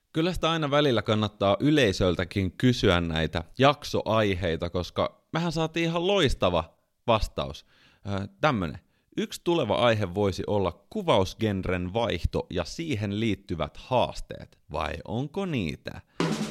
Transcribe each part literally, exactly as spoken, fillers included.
Kyllä sitä aina välillä kannattaa yleisöltäkin kysyä näitä jaksoaiheita, koska mehän saatiin ihan loistava vastaus. Öö, tämmönen. Yksi tuleva aihe voisi olla kuvausgenren vaihto ja siihen liittyvät haasteet. Vai onko niitä?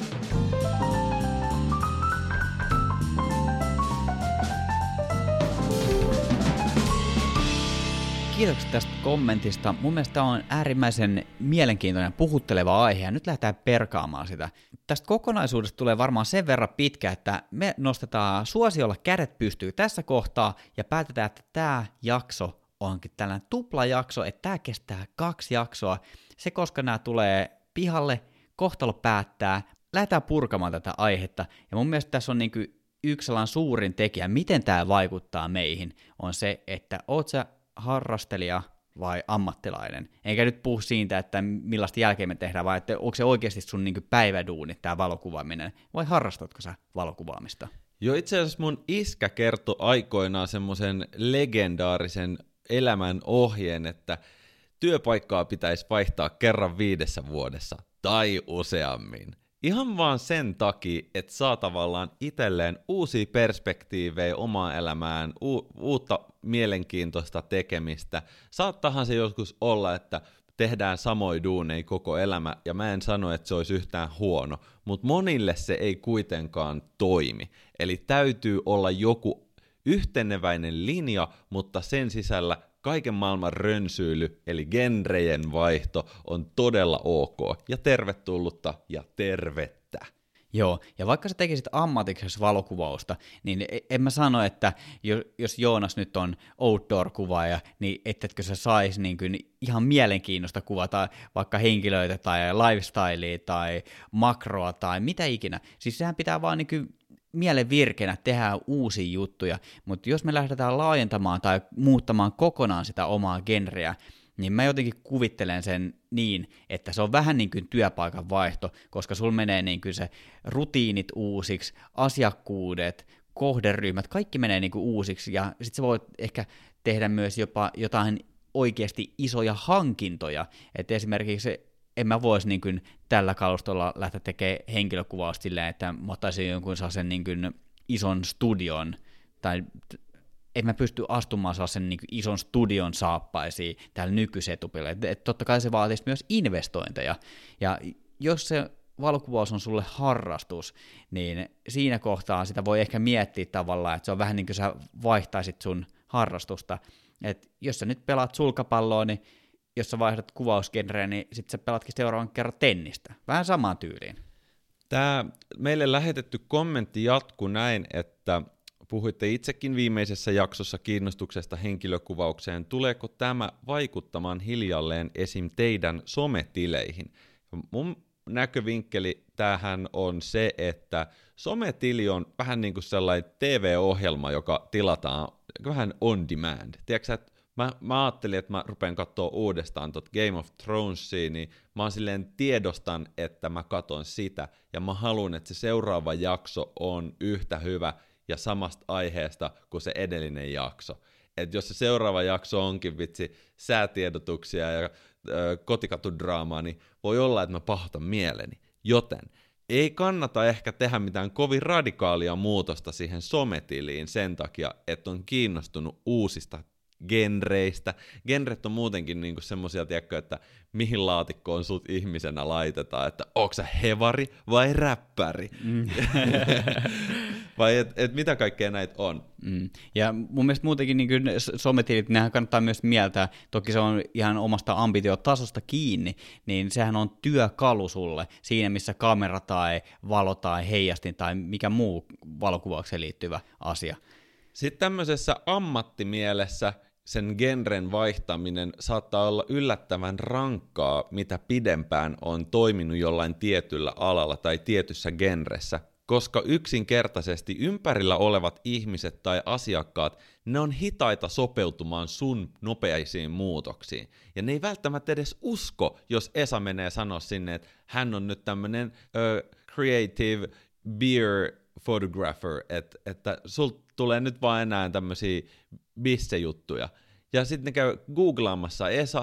Kiitoksia tästä kommentista. Mun mielestä tämä on äärimmäisen mielenkiintoinen puhutteleva aihe, ja nyt lähdetään perkaamaan sitä. Tästä kokonaisuudesta tulee varmaan sen verran pitkä, että me nostetaan suosiolla kädet pystyy tässä kohtaa, ja päätetään, että tämä jakso onkin tällainen tuplajakso, että tämä kestää kaksi jaksoa. Se, koska nämä tulee pihalle, kohtalo päättää, lähdetään purkamaan tätä aihetta, ja mun mielestä tässä on niin kuin yksi sellainen suurin tekijä, miten tämä vaikuttaa meihin, on se, että oot sä harrastelija vai ammattilainen. Enkä nyt puhu siitä, että millaista jälkeen me tehdään, vaan että onko se oikeasti sun niin kuin päiväduuni, tämä valokuvaaminen, vai harrastatko sä valokuvaamista? Joo, itse asiassa mun iskä kertoi aikoinaan semmoisen legendaarisen elämän ohjeen, että työpaikkaa pitäisi vaihtaa kerran viidessä vuodessa tai useammin. Ihan vaan sen takia, että saa tavallaan itselleen uusia perspektiivejä omaan elämään, u- uutta mielenkiintoista tekemistä. Saattahan se joskus olla, että tehdään samoja duuneja koko elämä, ja mä en sano, että se olisi yhtään huono, mutta monille se ei kuitenkaan toimi. Eli täytyy olla joku yhteneväinen linja, mutta sen sisällä kaiken maailman rönsyily, eli genrejen vaihto, on todella ok, ja tervetullutta ja tervettä. Joo, ja vaikka sä tekisit ammatiksesi valokuvausta, niin en mä sano, että jos Joonas nyt on outdoor-kuvaaja, niin ettetkö sä saisi niin kuin ihan mielenkiinnosta kuvata vaikka henkilöitä tai lifestylea tai makroa tai mitä ikinä. Siis sehän pitää vaan niin kuin mielen virkeänä tehdä uusia juttuja, mutta jos me lähdetään laajentamaan tai muuttamaan kokonaan sitä omaa genreä, niin mä jotenkin kuvittelen sen niin, että se on vähän niin kuin työpaikan vaihto, koska sulla menee niin kuin se rutiinit uusiksi, asiakkuudet, kohderyhmät, kaikki menee niin kuin uusiksi, ja sit sä voit ehkä tehdä myös jopa jotain oikeasti isoja hankintoja, että esimerkiksi en mä voisi niin kuin tällä kalustolla lähteä tekemään henkilökuvausta silleen, että mä ottaisin jonkun sellaisen niin kuin ison studion, tai en mä pysty astumaan sellaisen niin kuin ison studion saappaisiin täällä nykysetupilla. Et, et totta kai se vaatisi myös investointeja, ja jos se valokuvaus on sulle harrastus, niin siinä kohtaa sitä voi ehkä miettiä tavallaan, että se on vähän niin kuin sä vaihtaisit sun harrastusta, että jos sä nyt pelaat sulkapalloa, niin jos sä vaihdat kuvausgenreä, niin sit sä pelatkin seuraavan kerran tennistä. Vähän samaan tyyliin. Tämä meille lähetetty kommentti jatkuu näin, että puhuitte itsekin viimeisessä jaksossa kiinnostuksesta henkilökuvaukseen. Tuleeko tämä vaikuttamaan hiljalleen esim. Teidän sometileihin? Mun näkövinkkeli tähän on se, että sometili on vähän niin kuin sellainen T V-ohjelma, joka tilataan vähän on demand. Tiedätkö, että Mä, mä ajattelin, että mä rupean katsoa uudestaan tot Game of Thronesia, niin mä oon silleen tiedostan, että mä katon sitä, ja mä haluan, että se seuraava jakso on yhtä hyvä ja samasta aiheesta kuin se edellinen jakso. Että jos se seuraava jakso onkin vitsi säätiedotuksia ja ö, kotikatudraamaa, niin voi olla, että mä pahoitan mieleni. Joten ei kannata ehkä tehdä mitään kovin radikaalia muutosta siihen sometiliin sen takia, että on kiinnostunut uusista genreistä. Genret on muutenkin niinku semmosia, tiedätkö, että mihin laatikkoon sut ihmisenä laitetaan, että onko sä hevari vai räppäri? Mm. vai et, et mitä kaikkea näitä on? Mm. Ja mun mielestä muutenkin niin sometilit, nehän kannattaa myös mieltää, toki se on ihan omasta ambitiotasosta kiinni, niin sehän on työkalu sulle siinä, missä kamera tai valo tai heijastin tai mikä muu valokuvaukseen liittyvä asia. Sitten tämmöisessä ammattimielessä sen genren vaihtaminen saattaa olla yllättävän rankkaa, mitä pidempään on toiminut jollain tietyllä alalla tai tietyssä genressä, koska yksinkertaisesti ympärillä olevat ihmiset tai asiakkaat, ne on hitaita sopeutumaan sun nopeisiin muutoksiin. Ja ne ei välttämättä edes usko, jos Esa menee sanoa sinne, että hän on nyt tämmönen uh, creative beer photographer, että, että sulta tulee nyt vaan enää tämmöisiä bisse-juttuja. Ja sitten ne käy googlaamassa Esa,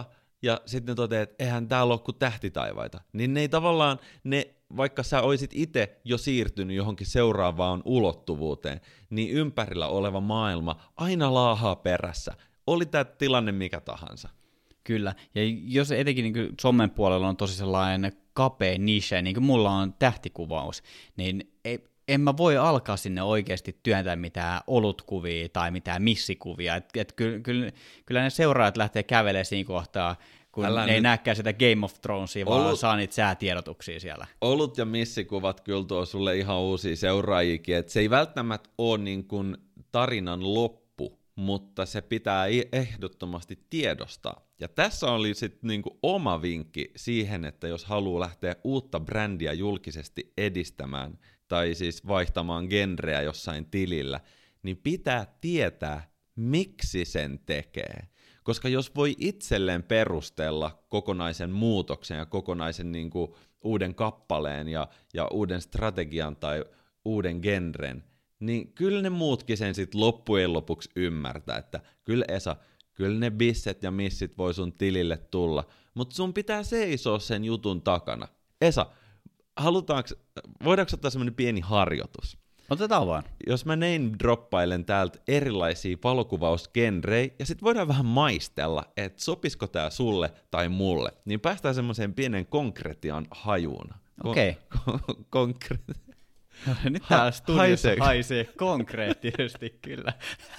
ja sitten ne toteaa, että eihän täällä ole kuin tähtitaivaita. Niin ne ei tavallaan, ne, vaikka sä oisit itse jo siirtynyt johonkin seuraavaan ulottuvuuteen, niin ympärillä oleva maailma aina laahaa perässä. Oli tämä tilanne mikä tahansa. Kyllä, ja jos etenkin niin kuin somen puolella on tosi sellainen kapea niche, niin kuin mulla on tähtikuvaus, niin ei, en mä voi alkaa sinne oikeasti työntää mitään olutkuvia tai mitään missikuvia. Et, et kyllä, kyllä, kyllä ne seuraajat lähtee kävelemään siinä kohtaa, kun Älä ne nyt... ei näkään sitä Game of Thronesia, vaan Olut... saa niitä säätiedotuksia siellä. Olut ja missikuvat kyllä tuo sulle ihan uusia seuraajikin, että se ei välttämättä ole niin kuin tarinan loppu, mutta se pitää ehdottomasti tiedostaa. Ja tässä oli sitten niinku oma vinkki siihen, että jos haluaa lähteä uutta brändiä julkisesti edistämään, tai siis vaihtamaan genreä jossain tilillä, niin pitää tietää, miksi sen tekee. Koska jos voi itselleen perustella kokonaisen muutoksen ja kokonaisen niinku uuden kappaleen ja, ja uuden strategian tai uuden genren, niin kyllä ne muutkin sen sitten loppujen lopuksi ymmärtää, että kyllä Esa, kyllä ne bisset ja missit voi sun tilille tulla, mutta sun pitää seisoa sen jutun takana. Esa, halutaanko, voidaanko ottaa semmoinen pieni harjoitus? Otetaan vaan. Jos mä name droppailen täältä erilaisia valokuvausgenrejä, ja sit voidaan vähän maistella, että sopisiko tää sulle tai mulle, niin päästään semmoiseen pienen konkretian hajuun. Okei. Okay. Kon- konkre- Nyt täällä studiossa haisee konkreettisesti, kyllä.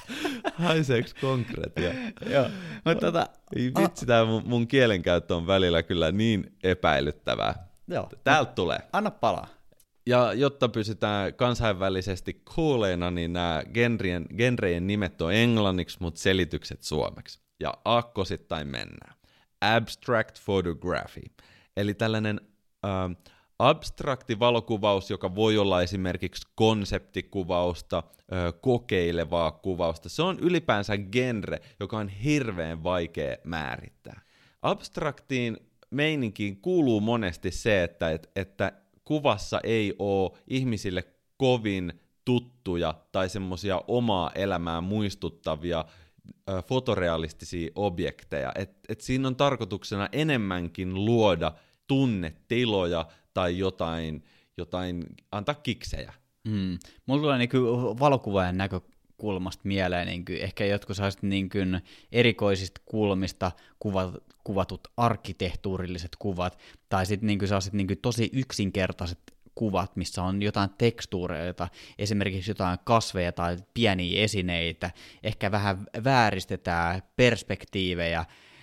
Haiseeks konkreettia? Joo. Mutta tota... Vitsi, tää mun, mun kielenkäyttö on välillä kyllä niin epäilyttävää. Joo. Täältä tulee. Anna palaa. Ja jotta pysytään kansainvälisesti cooleina, niin nämä genrien, genrejen nimet on englanniksi, mutta selitykset suomeksi. Ja aakkosittain mennään. Abstract photography, eli tällainen äh, abstrakti valokuvaus, joka voi olla esimerkiksi konseptikuvausta, äh, kokeilevaa kuvausta. Se on ylipäänsä genre, joka on hirveän vaikea määrittää. Abstraktiin meininkiin kuuluu monesti se, että, että, että kuvassa ei ole ihmisille kovin tuttuja tai semmoisia omaa elämää muistuttavia ö, fotorealistisia objekteja. Et, et siinä on tarkoituksena enemmänkin luoda tunnetiloja tai jotain, jotain antaa kiksejä. Mm. Mulla tulee niin valokuvaajan näkökulmasta mieleen niin ehkä jotkut sellaiset niin erikoisista kulmista kuvat, kuvatut arkkitehtuurilliset kuvat, tai sitten niin sellaiset niin tosi yksinkertaiset kuvat, missä on jotain tekstuureita, esimerkiksi jotain kasveja tai pieniä esineitä, ehkä vähän vääristetään perspektiivejä,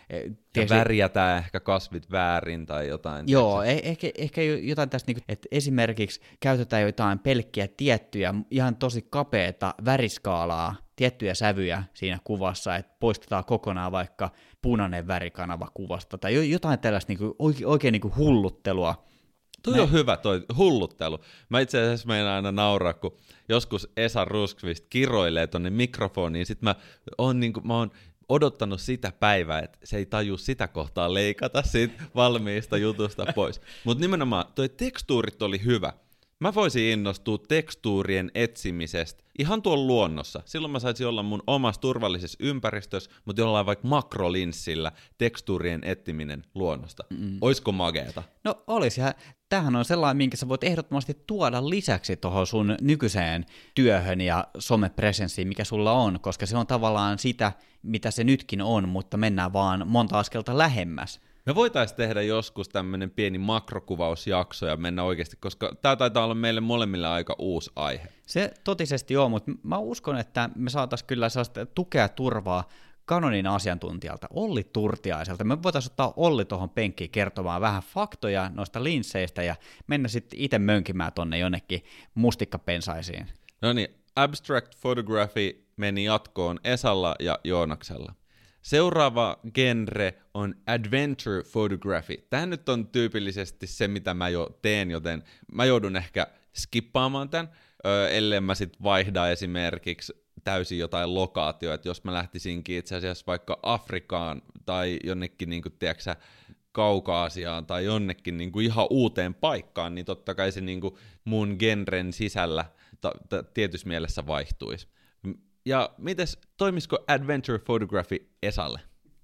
ja värjätään ehkä kasvit väärin tai jotain. Joo, ehkä, ehkä jotain tästä, että esimerkiksi käytetään jotain pelkkiä tiettyjä, ihan tosi kapeata väriskaalaa, tiettyjä sävyjä siinä kuvassa, että poistetaan kokonaan vaikka punainen värikanava kuvasta, tai jotain tällaista niin kuin, oikein, oikein niin kuin hulluttelua. Toi Näin. On hyvä toi hulluttelu. Mä itse asiassa meinaan aina nauraa, kun joskus Esa Ruskvist kiroilee tonne mikrofoniin, sit mä oon niinku, mä oon odottanut sitä päivää, että se ei taju sitä kohtaa leikata siitä valmiista jutusta pois. Mutta nimenomaan toi tekstuurit oli hyvä. Mä voisin innostua tekstuurien etsimisestä ihan tuolla luonnossa. Silloin mä saisin olla mun omassa turvallisessa ympäristössä, mutta jollain vaikka makrolinssillä tekstuurien etsiminen luonnosta. Mm. Oisko mageeta? No olisi. Ja tämähän on sellainen, minkä sä voit ehdottomasti tuoda lisäksi tuohon sun nykyiseen työhön ja somepresenssiin, mikä sulla on, koska se on tavallaan sitä, mitä se nytkin on, mutta mennään vaan monta askelta lähemmäs. Me voitaisiin tehdä joskus tämmöinen pieni makrokuvausjakso ja mennä oikeasti, koska tämä taitaa olla meille molemmille aika uusi aihe. Se totisesti on, mutta mä uskon, että me saataisiin kyllä sellaista tukea turvaa Canonin asiantuntijalta, Olli Turtiaiselta. Me voitaisiin ottaa Olli tuohon penkkiin kertomaan vähän faktoja noista linsseistä ja mennä sitten itse mönkimään tonne jonnekin mustikkapensaisiin. No niin, abstract photography meni jatkoon Esalla ja Joonaksella. Seuraava genre on adventure photography. Tämä nyt on tyypillisesti se, mitä mä jo teen, joten mä joudun ehkä skippaamaan tämän, öö, ellei mä sit vaihda esimerkiksi täysin jotain lokaatioita, jos mä lähtisinkin itse asiassa vaikka Afrikaan tai jonnekin, niin kuin, tiedätkö, Kaukaasiaan tai jonnekin niin kuin ihan uuteen paikkaan, niin totta kai se niin kuin mun genren sisällä ta- ta- tietyssä mielessä vaihtuisi. Ja mites, toimisiko adventure photography Esalle?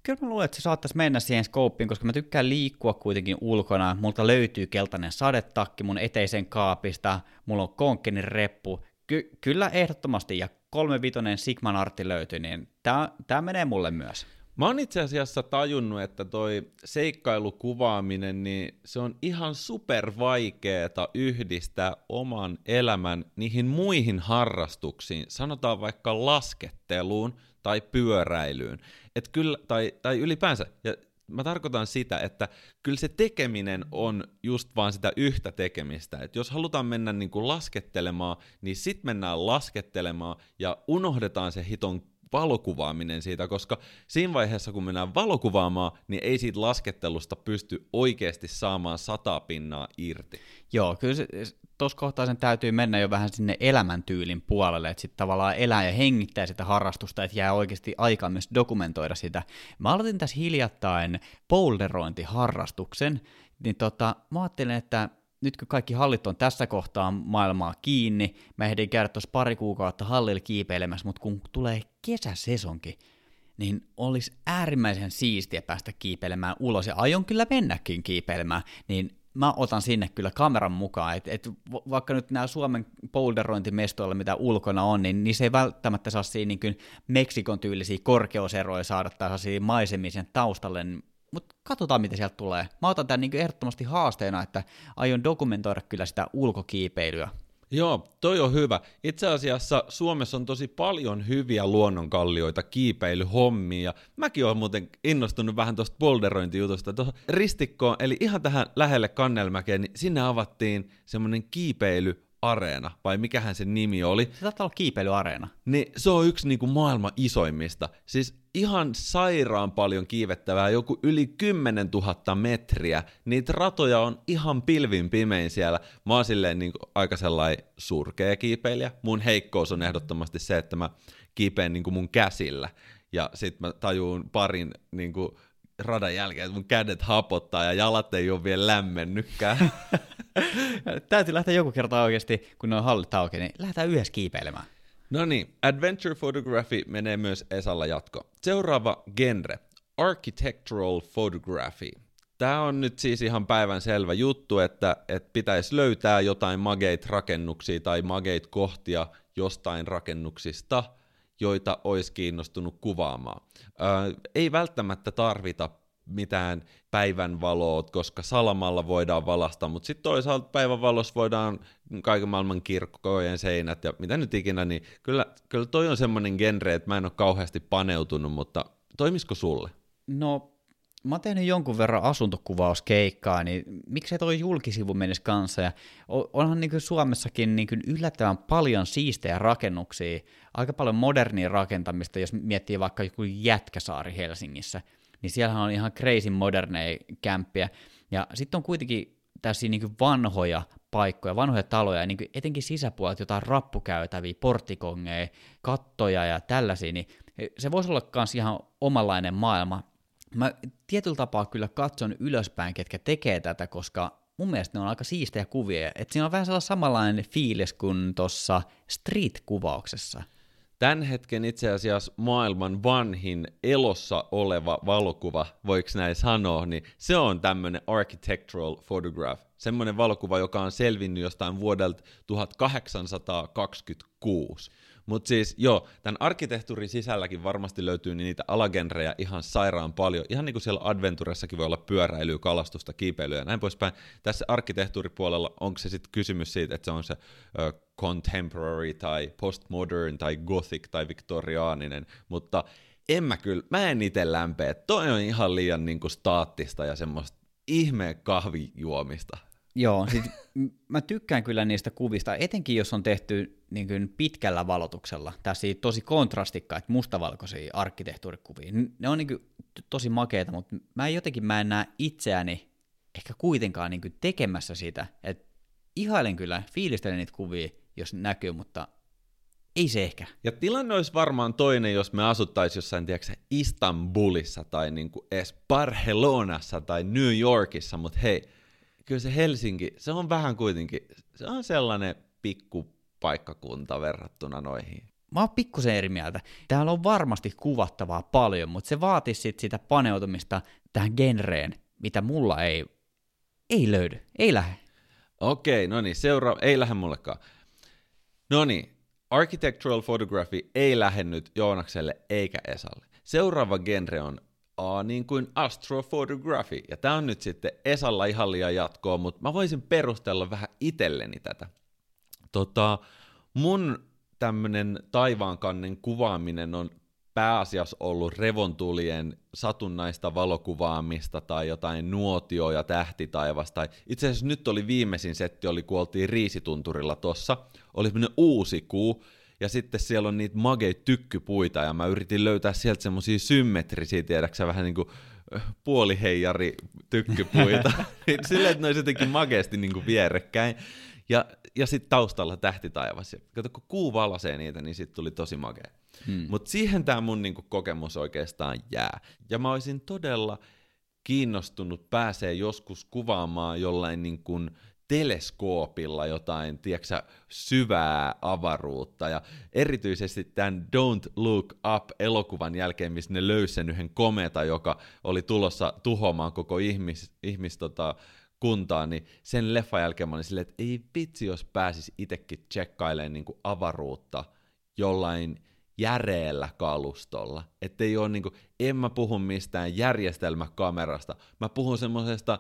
Kyllä mä luulen, että se saattaisi mennä siihen skooppiin, koska mä tykkään liikkua kuitenkin ulkona. Multa löytyy keltainen sadetakki mun eteisen kaapista, mulla on Konkkinin reppu. Ky- kyllä ehdottomasti, ja kolme vitonen Sigman Artti löytyy, niin tää, tää menee mulle myös. Mä oon itse asiassa tajunnut, että toi seikkailukuvaaminen, niin se on ihan super vaikeeta yhdistää oman elämän niihin muihin harrastuksiin, sanotaan vaikka lasketteluun tai pyöräilyyn, et kyllä, tai, tai ylipäänsä, ja mä tarkoitan sitä, että kyllä se tekeminen on just vaan sitä yhtä tekemistä, että jos halutaan mennä niin kuin laskettelemaan, niin sit mennään laskettelemaan ja unohdetaan se hiton valokuvaaminen siitä, koska siinä vaiheessa, kun mennään valokuvaamaan, niin ei siitä laskettelusta pysty oikeasti saamaan sata pinnaa irti. Joo, kyllä se, tuossa kohtaa sen täytyy mennä jo vähän sinne elämäntyylin puolelle, että sitten tavallaan elää ja hengittää sitä harrastusta, että jää oikeasti aikaa myös dokumentoida sitä. Mä aloitin tässä hiljattain boulderointiharrastuksen, niin tota, mä ajattelin, että nyt kun kaikki hallit on tässä kohtaa maailmaa kiinni, mä ehdin käydä tuossa pari kuukautta hallilla kiipeilemässä, mutta kun tulee kesäsesonki, niin olisi äärimmäisen siistiä päästä kiipeilemään ulos, ja aion kyllä mennäkin kiipeilemään, niin mä otan sinne kyllä kameran mukaan, että et vaikka nyt nämä Suomen boulderointimestoilla, mitä ulkona on, niin, niin se ei välttämättä saa siinä niin kuin Meksikon tyylisiä korkeuseroja saada tai saa maisemia sen taustalle, mutta katsotaan, mitä sieltä tulee. Mä otan tämän niin ehdottomasti haasteena, että aion dokumentoida kyllä sitä ulkokiipeilyä. Joo, toi on hyvä. Itse asiassa Suomessa on tosi paljon hyviä luonnonkallioita, kiipeilyhommia. Mäkin olen muuten innostunut vähän tuosta boulderointijutusta. Tuohon ristikkoon, eli ihan tähän lähelle Kannelmäkeen, niin sinne avattiin semmoinen kiipeily-areena, vai mikähän sen nimi oli. Se taitaa olla kiipeilyareena. Niin se on yksi niinku maailman isoimmista. Siis ihan sairaan paljon kiivettävää, joku yli kymmenen tuhatta metriä. Niitä ratoja on ihan pilvin pimein siellä. Mä oon silleen niinku aika sellainen surkea kiipeilijä. Mun heikkous on ehdottomasti se, että mä kiipeen niinku mun käsillä. Ja sit mä tajuun parin niinku radan jälkeen, että mun kädet hapottaa ja jalat ei ole vielä lämmennytkään. Täytyy lähteä joku kerta oikeasti, kun ne on hallit auki, niin lähdetään yhdessä kiipeilemään. No niin, Adventure Photography menee myös Esalla jatko. Seuraava genre, Architectural Photography. Tämä on nyt siis ihan päivän selvä juttu, että, että pitäisi löytää jotain mageit rakennuksia tai mageit kohtia jostain rakennuksista, joita olisi kiinnostunut kuvaamaan. Ää, ei välttämättä tarvita mitään päivänvaloa, koska salamalla voidaan valasta, mutta sitten toisaalta päivänvalossa voidaan kaiken maailman kirkkojen seinät ja mitä nyt ikinä, niin kyllä, kyllä toi on semmoinen genre, että mä en ole kauheasti paneutunut, mutta toimisiko sulle? No, mä oon tehnyt jonkun verran asuntokuvaukeikkaa, niin miksei toi julkisivu menisi kanssa, ja onhan niin kuin Suomessakin niin kuin yllättävän paljon siistejä rakennuksia, aika paljon modernia rakentamista, jos miettii vaikka joku Jätkäsaari Helsingissä, niin siellähän on ihan crazy moderneja kämppiä, ja sitten on kuitenkin tällaisia niin kuin vanhoja paikkoja, vanhoja taloja, niin kuin etenkin sisäpuolet, jotain rappukäytäviä, porttikongeja, kattoja ja tällaisia, niin se voisi olla myös ihan omanlainen maailma. Mä tietyllä tapaa kyllä katson ylöspäin, ketkä tekee tätä, koska mun mielestä ne on aika siistejä kuvia, että siinä on vähän sellainen samanlainen fiilis kuin tuossa street-kuvauksessa. Tämän hetken itse asiassa maailman vanhin elossa oleva valokuva, voiko näin sanoa, niin se on tämmöinen architectural photograph. Semmoinen valokuva, joka on selvinnyt jostain vuodelta tuhatkahdeksansataakaksikymmentäkuusi. Mutta siis joo, tämän arkkitehtuurin sisälläkin varmasti löytyy niitä alagenrejä ihan sairaan paljon. Ihan niin kuin siellä Adventuressakin voi olla pyöräilyä, kalastusta, kiipeilyä ja näin poispäin. Tässä arkkitehtuuripuolella onko se sitten kysymys siitä, että se on se ö, contemporary tai postmodern tai gothic tai viktoriaaninen, mutta en mä kyllä, mä en itse lämpeä. Toi on ihan liian niin kuin staattista ja semmoista ihme kahvijuomista. Joo, siis mä tykkään kyllä niistä kuvista, etenkin jos on tehty niin kuin pitkällä valotuksella, tässä tosi kontrastikkaita mustavalkoisia arkkitehtuurikuvia. Ne on niin kuin tosi makeita, mutta mä en jotenkin mä en näe itseäni ehkä kuitenkaan niin kuin tekemässä sitä. Et ihailen kyllä, fiilistelen niitä kuvia, jos näkyy, mutta ei se ehkä. Ja tilanne olisi varmaan toinen, jos me asuttaisiin jossain, tiedätkö, Istanbulissa tai niin kuin edes Barcelonassa tai New Yorkissa, mutta hei, kyllä se Helsinki, se on vähän kuitenkin, se on sellainen pikku paikkakunta verrattuna noihin. mä oon pikkusen eri mieltä. Täällä on varmasti kuvattavaa paljon, mutta se vaatisi sit sitä paneutumista tähän genreen, mitä mulla ei, ei löydy, ei lähde. Okei, no niin, seuraava, ei lähde mullekaan. No niin, architectural photography ei lähde nyt Joonakselle eikä Esalle. Seuraava genre on A niin kuin astrophotography, ja tää on nyt sitten Esalla ihan liian jatkoa, mutta mä voisin perustella vähän itselleni tätä. Tota, mun tämmönen taivaankannen kuvaaminen on pääasiassa ollut revontulien satunnaista valokuvaamista tai jotain nuotio- ja tähtitaivasta. Tai itse asiassa nyt oli viimeisin setti, oli kun oltiin Riisitunturilla tossa, oli semmoinen uusi kuu, ja sitten siellä on niitä mageita tykkypuita, ja mä yritin löytää sieltä semmosia symmetrisiä, tiedäksä, vähän niinku puoliheijari tykkypuita, silleen, että ne olisi jotenkin mageasti niinku vierekkäin. Ja, ja sitten taustalla tähtitaivas. Kato, kun kuu valasee niitä, niin sitten tuli tosi makea. Hmm. Mutta siihen tämä mun niinku kokemus oikeastaan jää. Ja mä olisin todella kiinnostunut pääsee joskus kuvaamaan jollain niinku teleskoopilla jotain, tiedätkö, syvää avaruutta. Ja erityisesti tämän Don't Look Up-elokuvan jälkeen, missä ne löysi sen yhden kometa, joka oli tulossa tuhoamaan koko ihmis, ihmis tota, kuntaan, niin sen leffan jälkeen mä olin silleen, että ei vitsi, jos pääsis itsekin tsekkailemaan niin kuin avaruutta jollain järeellä kalustolla. Että ei ole niin kuin, en mä puhu mistään järjestelmäkamerasta, mä puhun semmosesta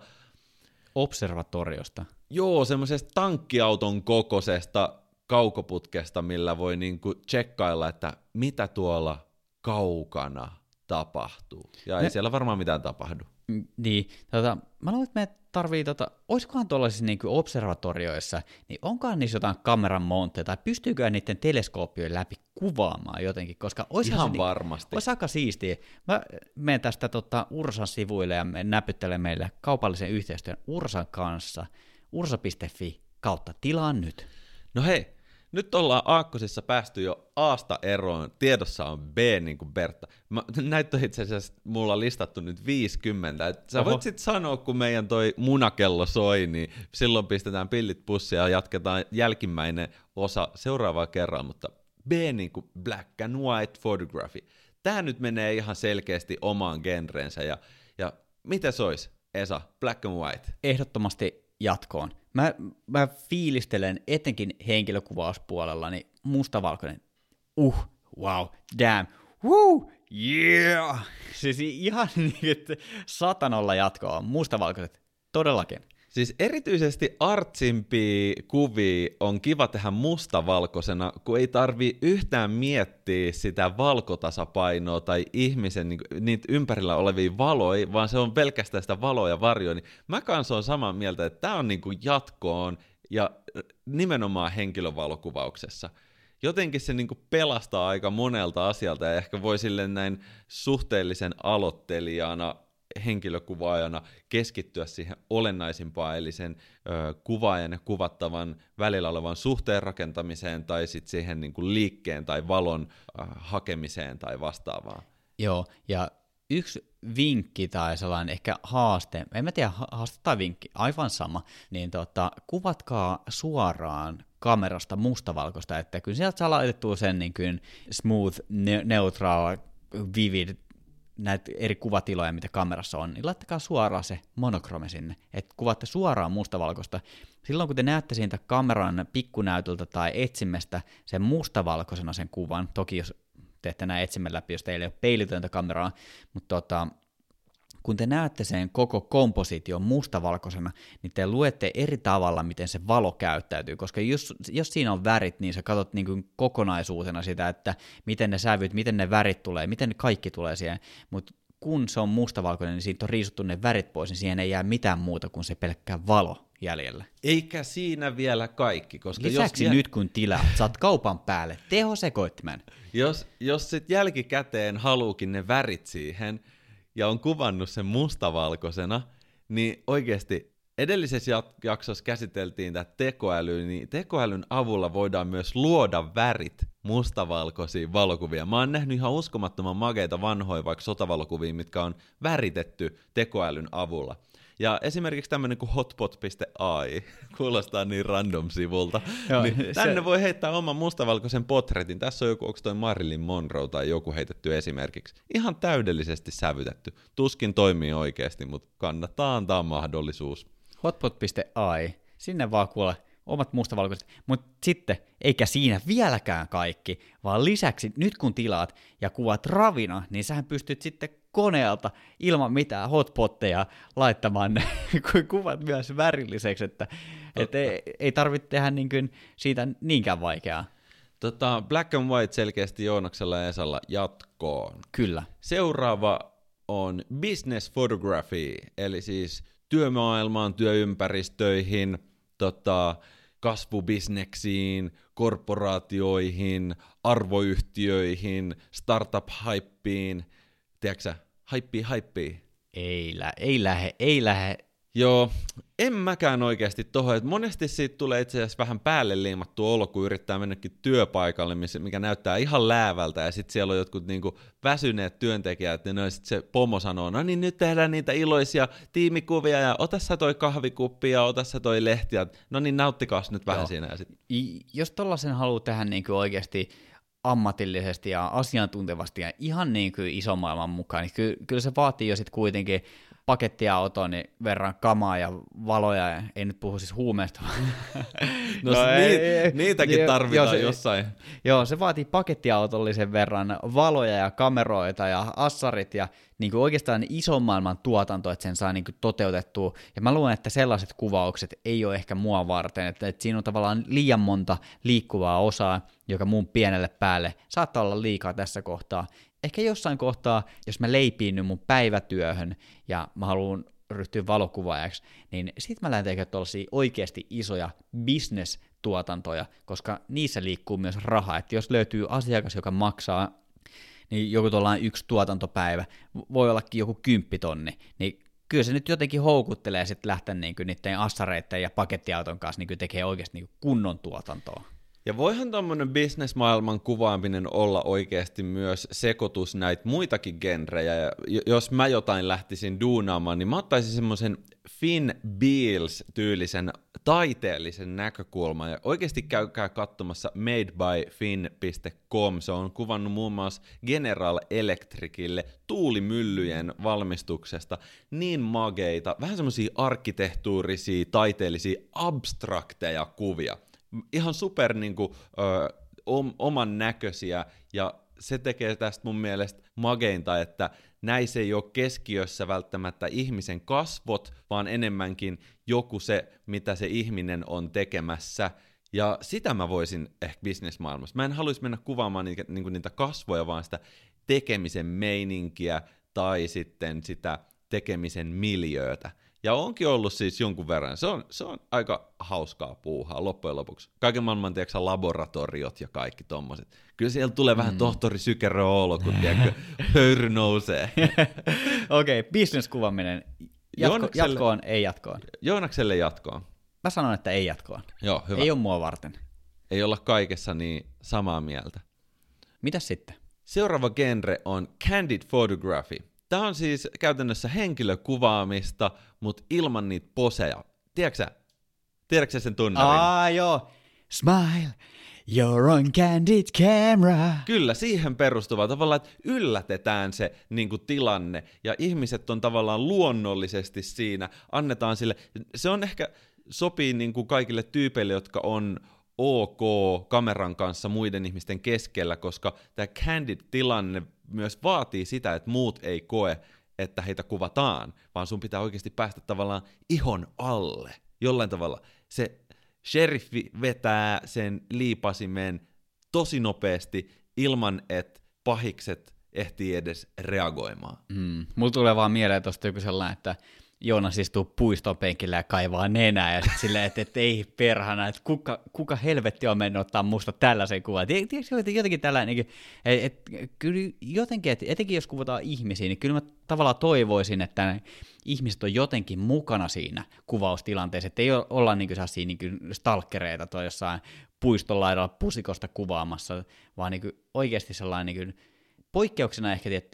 observatoriosta. Joo, semmoisesta tankkiauton kokoisesta kaukoputkesta, millä voi niin kuin tsekkailla, että mitä tuolla kaukana tapahtuu. Ja ei ne... siellä varmaan mitään tapahdu. Niin, tota, mä luulen, että me tarvii, tota, olisikohan tuollaisissa niin kuin observatorioissa, niin onkaan niissä jotain kameran montteja, tai pystyykö niiden teleskooppien läpi kuvaamaan jotenkin, koska ihan se, varmasti. Niin, olisi aika siistiä. Mä menen tästä tota, Ursan sivuille ja näpyttelen meille kaupallisen yhteistyön Ursan kanssa, ursa piste fi kautta tilaa nyt. No hei, nyt ollaan aakkosissa päästy jo Aasta eroon, tiedossa on B niin kuin Bertta. Mä, näitä on itse asiassa mulla listattu nyt viisikymmentä. Et sä Oho. voit sitten sanoa, kun meidän toi munakello soi, niin silloin pistetään pillit pussiin ja jatketaan jälkimmäinen osa seuraavaa kerran, mutta B niin kuin black and white photography. Tää nyt menee ihan selkeästi omaan genreensä ja, ja miten sois, Esa, black and white? Ehdottomasti jatkoon. Mä, mä fiilistelen etenkin henkilökuvauspuolella, niin mustavalkoinen, uh, wow, damn, woo, yeah! Siis ihan niin, että satanolla jatkoa, mustavalkoiset, todellakin. Siis erityisesti artsimpia kuvia on kiva tehdä mustavalkoisena, kun ei tarvii yhtään miettiä sitä valkotasapainoa tai ihmisen niin, niitä ympärillä olevia valoja, vaan se on pelkästään sitä valoa ja varjoa. Niin mä kanssa olen samaa mieltä, että tämä on niin kuin jatkoon ja nimenomaan henkilövalokuvauksessa. Jotenkin se niin kuin pelastaa aika monelta asialta ja ehkä voi silleen näin suhteellisen aloittelijana henkilökuvaajana keskittyä siihen olennaisimpaan, eli sen ö, kuvaajan ja kuvattavan välillä olevan suhteen rakentamiseen tai sitten siihen niin kuin liikkeen tai valon ö, hakemiseen tai vastaavaan. Joo, ja yksi vinkki tai sellainen ehkä haaste, en mä tiedä haaste tai vinkki, aivan sama, niin tota, kuvatkaa suoraan kamerasta mustavalkoista, että kyllä sieltä saa laitettua sen niin kuin smooth, ne- neutral, vivid, näitä eri kuvatiloja, mitä kamerassa on, niin laittakaa suoraan se monokromi sinne, että kuvatte suoraan mustavalkoista. Silloin kun te näette siitä kameran pikkunäytöltä tai etsimestä sen mustavalkoisena sen kuvan, toki jos teette näin etsimen läpi, jos teillä ei ole peilitöntä kameraa, mutta tota, kun te näette sen koko komposition mustavalkoisena, niin te luette eri tavalla, miten se valo käyttäytyy, koska jos, jos siinä on värit, niin sä katsot niin kuin kokonaisuutena sitä, että miten ne sävyt, miten ne värit tulee, miten ne kaikki tulee siihen, mutta kun se on mustavalkoinen, niin siitä on riisuttu ne värit pois, niin siihen ei jää mitään muuta kuin se pelkkää valo jäljellä. Eikä siinä vielä kaikki, koska lisäksi jos... nyt kun tilaat, saat kaupan päälle tehosekoittimen. Jos, jos sit jälkikäteen haluukin ne värit siihen, ja on kuvannut sen mustavalkoisena, niin oikeasti edellisessä jaksossa käsiteltiin tätä tekoälyä, niin tekoälyn avulla voidaan myös luoda värit mustavalkoisiin valokuvia. Mä oon nähnyt ihan uskomattoman makeita vanhoja vaikka sotavalokuvia, mitkä on väritetty tekoälyn avulla. Ja esimerkiksi tämmöinen kuin hotpot piste a i, kuulostaa niin random-sivulta, Joo, niin se... tänne voi heittää oman mustavalkoisen potretin. Tässä on joku, onko toi Marilyn Monroe tai joku heitetty esimerkiksi. Ihan täydellisesti sävytetty. Tuskin toimii oikeasti, mutta kannattaa antaa mahdollisuus. hotpot piste a i, sinne vaan kuule omat mustavalkoiset, mutta sitten eikä siinä vieläkään kaikki, vaan lisäksi nyt kun tilaat ja kuvat ravina, niin sähän pystyt sitten koneelta ilman mitään hotpotteja laittamaan ne kuvat myös värilliseksi, että et ei, ei tarvitse tehdä niin kuin siitä niinkään vaikeaa. Tota, Black and White selkeästi Joonaksella ja Esalla jatkoon. Kyllä. Seuraava on business photography, eli siis työmaailmaan, työympäristöihin, tota, kasvubisneksiin, korporaatioihin, arvoyhtiöihin, startup-hyppiin. Tiedätkö sä, hyppii, hyppii. Ei, lä- ei lähe, ei lähe. Joo, en mäkään oikeasti tohon, että monesti siitä tulee itse asiassa vähän päälle liimattu olo, kun yrittää mennäkin työpaikalle, mikä näyttää ihan läävältä, ja sitten siellä on jotkut niinku väsyneet työntekijät, ja sitten se pomo sanoo, no niin nyt tehdään niitä iloisia tiimikuvia, ja ota sä toi kahvikuppi, ja ota sä toi lehti, ja no niin nauttikaas nyt vähän Joo. siinä. Ja sit... Jos tollasen haluaa tehdä niinku oikeasti ammatillisesti ja asiantuntevasti ja ihan niin kuin ison maailman mukaan, niin ky- kyllä se vaatii jo sitten kuitenkin pakettiauton niin verran kamaa ja valoja, ja ei nyt puhu siis huumeista. no, no ei, ni- ei, niitäkin jo, tarvitaan jo, se, jossain. Joo, se vaatii pakettiautollisen verran valoja ja kameroita ja assarit ja niin kuin oikeastaan ison maailman tuotanto, että sen saa niin kuin toteutettua. Ja mä luulen, että sellaiset kuvaukset ei ole ehkä mua varten, että, että siinä on tavallaan liian monta liikkuvaa osaa, joka mun pienelle päälle saattaa olla liikaa tässä kohtaa. Ehkä jossain kohtaa, jos mä leipiinnyn mun päivätyöhön ja mä haluan ryhtyä valokuvaajaksi, niin sit mä lähden tekemään tuollaisia oikeasti isoja business-tuotantoja, koska niissä liikkuu myös raha. Että jos löytyy asiakas, joka maksaa, niin joku tuollainen yksi tuotantopäivä, voi ollakin joku kymppitonni, niin kyllä se nyt jotenkin houkuttelee sitten lähteä niinku niiden assareiden ja pakettiauton kanssa niinku tekee oikeasti niinku kunnon tuotantoa. Ja voihan tommonen business-maailman kuvaaminen olla oikeasti myös sekoitus näitä muitakin genrejä, ja jos mä jotain lähtisin duunaamaan, niin mä ottaisin semmoisen Finn Beals-tyylisen taiteellisen näkökulman, ja oikeasti käykää katsomassa made by finn piste com, se on kuvannut muun muassa General Electricille tuulimyllyjen valmistuksesta niin mageita, vähän semmosia arkkitehtuurisia, taiteellisia, abstrakteja kuvia. Ihan super niin kuin, ö, om, oman näköisiä, ja se tekee tästä mun mielestä mageinta, että näissä ei ole keskiössä välttämättä ihmisen kasvot, vaan enemmänkin joku se, mitä se ihminen on tekemässä. Ja sitä mä voisin ehkä bisnesmaailmassa. Mä en haluaisi mennä kuvaamaan niitä, niin kuin niitä kasvoja, vaan sitä tekemisen meininkiä tai sitten sitä tekemisen miljöötä. Ja onkin ollut siis jonkun verran. Se on, se on aika hauskaa puuhaa loppujen lopuksi. Kaiken maailman, tiedätkö, laboratoriot ja kaikki tommoset. Kyllä siellä tulee mm. vähän tohtori Sykero-olo, kun tiedätkö, höyry nousee. Okei, okay, bisneskuvaaminen. Jatko, jatkoon, ei jatkoon. Joonakselle jatkoon. Mä sanon, että ei jatkoon. Joo, hyvä. Ei ole mua varten. Ei olla kaikessa niin samaa mieltä. Mitäs sitten? Seuraava genre on candid photography. Tämä on siis käytännössä henkilökuvaamista, mutta ilman niitä poseja. Tiedätkö sä? Tiedätkö sä sen tunnarin? Aa, joo. Smile, you're on candid camera. Kyllä, siihen perustuva tavallaan, että yllätetään se niin kuin, tilanne, ja ihmiset on tavallaan luonnollisesti siinä, annetaan sille, se on ehkä, sopii niin kuin kaikille tyypeille, jotka on ok kameran kanssa muiden ihmisten keskellä, koska tämä candid-tilanne myös vaatii sitä, että muut ei koe, että heitä kuvataan, vaan sun pitää oikeasti päästä tavallaan ihon alle. Jollain tavalla se sheriffi vetää sen liipasimen tosi nopeasti ilman, että pahikset ehtii edes reagoimaan. Mm. Mulla tulee vaan mieleen tosta joku sellainen, että Joonas istuu puiston penkillä ja kaivaa nenää, ja sitten silleen, että, että ei perhana, että kuka, kuka helvetti on mennyt ottaa musta tällaisen kuvan. Tiedätkö, jotenkin tällainen, että, että kyllä jotenkin, että etenkin jos kuvataan ihmisiä, niin kyllä mä tavallaan toivoisin, että ihmiset on jotenkin mukana siinä kuvaustilanteessa, että ei olla niin kuin sellaisia niin kuin stalkereita tai jossain puiston laidalla pusikosta kuvaamassa, vaan niin kuin oikeasti sellainen niin kuin, poikkeuksena ehkä tietty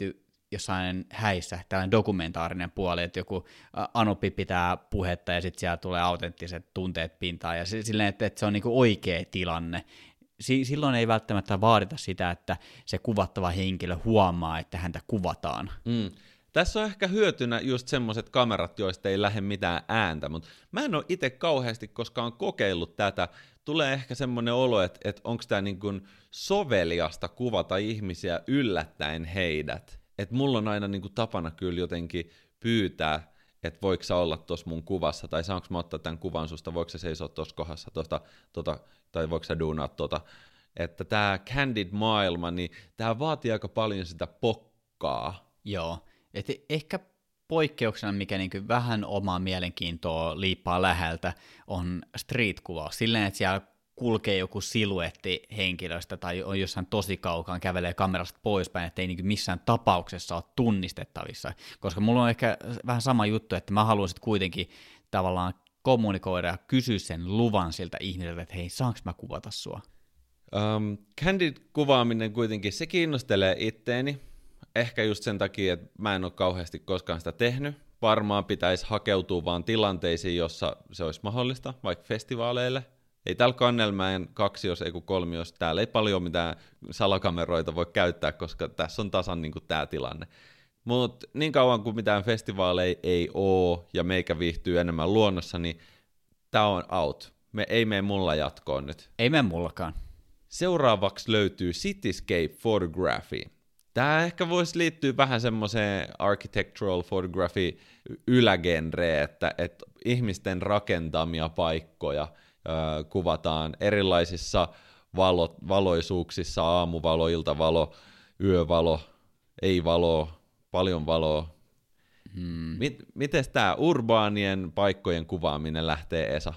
jossain häissä, tällainen dokumentaarinen puoli, että joku Anupi pitää puhetta ja sitten siellä tulee autenttiset tunteet pintaan ja silleen, että, että se on niinku oikea tilanne. Silloin ei välttämättä vaadita sitä, että se kuvattava henkilö huomaa, että häntä kuvataan. Mm. Tässä on ehkä hyötynä just semmoiset kamerat, joista ei lähde mitään ääntä, mutta mä en ole itse kauheasti koskaan kokeillut tätä. Tulee ehkä semmoinen olo, että, että onko tämä niin kuin soveliasta kuvata ihmisiä yllättäen heidät. Että mulla on aina niin kuin tapana kyllä jotenkin pyytää, että voiko sä olla tuossa mun kuvassa, tai saanko mä ottaa tämän kuvan susta, voiko sä seisoa tuossa kohdassa, tota, tota, tai voiko sä duunaa tota. Että tämä candid maailma, niin tämä vaatii aika paljon sitä pokkaa. Joo, että ehkä poikkeuksena, mikä niin kuin vähän omaa mielenkiintoa liippaa läheltä, on street-kuvaus. Silleen, että siellä kulkee joku siluetti henkilöstä tai on jossain tosi kaukaan, kävelee kamerasta poispäin, ettei niin kuin missään tapauksessa ole tunnistettavissa. Koska mulla on ehkä vähän sama juttu, että mä haluan sitten kuitenkin tavallaan kommunikoida ja kysyä sen luvan siltä ihmiseltä, että hei, saanko mä kuvata sua? Um, candid-kuvaaminen kuitenkin, se kiinnostelee itteeni. Ehkä just sen takia, että mä en ole kauheasti koskaan sitä tehnyt. Varmaan pitäisi hakeutua vaan tilanteisiin, jossa se olisi mahdollista, vaikka festivaaleille. Ei täällä Kannelmäen kaksiossa, ei kun kolmiossa, täällä ei paljon mitään salakameroita voi käyttää, koska tässä on tasan niin kuin tämä tilanne. Mutta niin kauan kuin mitään festivaaleja ei ole ja meikä viihtyy enemmän luonnossa, niin tämä on out. Me ei mene mulla jatkoon nyt. Ei mene mullakaan. Seuraavaksi löytyy Cityscape Photography. Tämä ehkä voisi liittyä vähän semmoiseen architectural photography ylägenreen, että, että ihmisten rakentamia paikkoja äh, kuvataan erilaisissa valo, valoisuuksissa, aamuvalo, iltavalo, yövalo, ei valo, paljon valoa. Hmm. Mit, mites tämä urbaanien paikkojen kuvaaminen lähtee, Esa?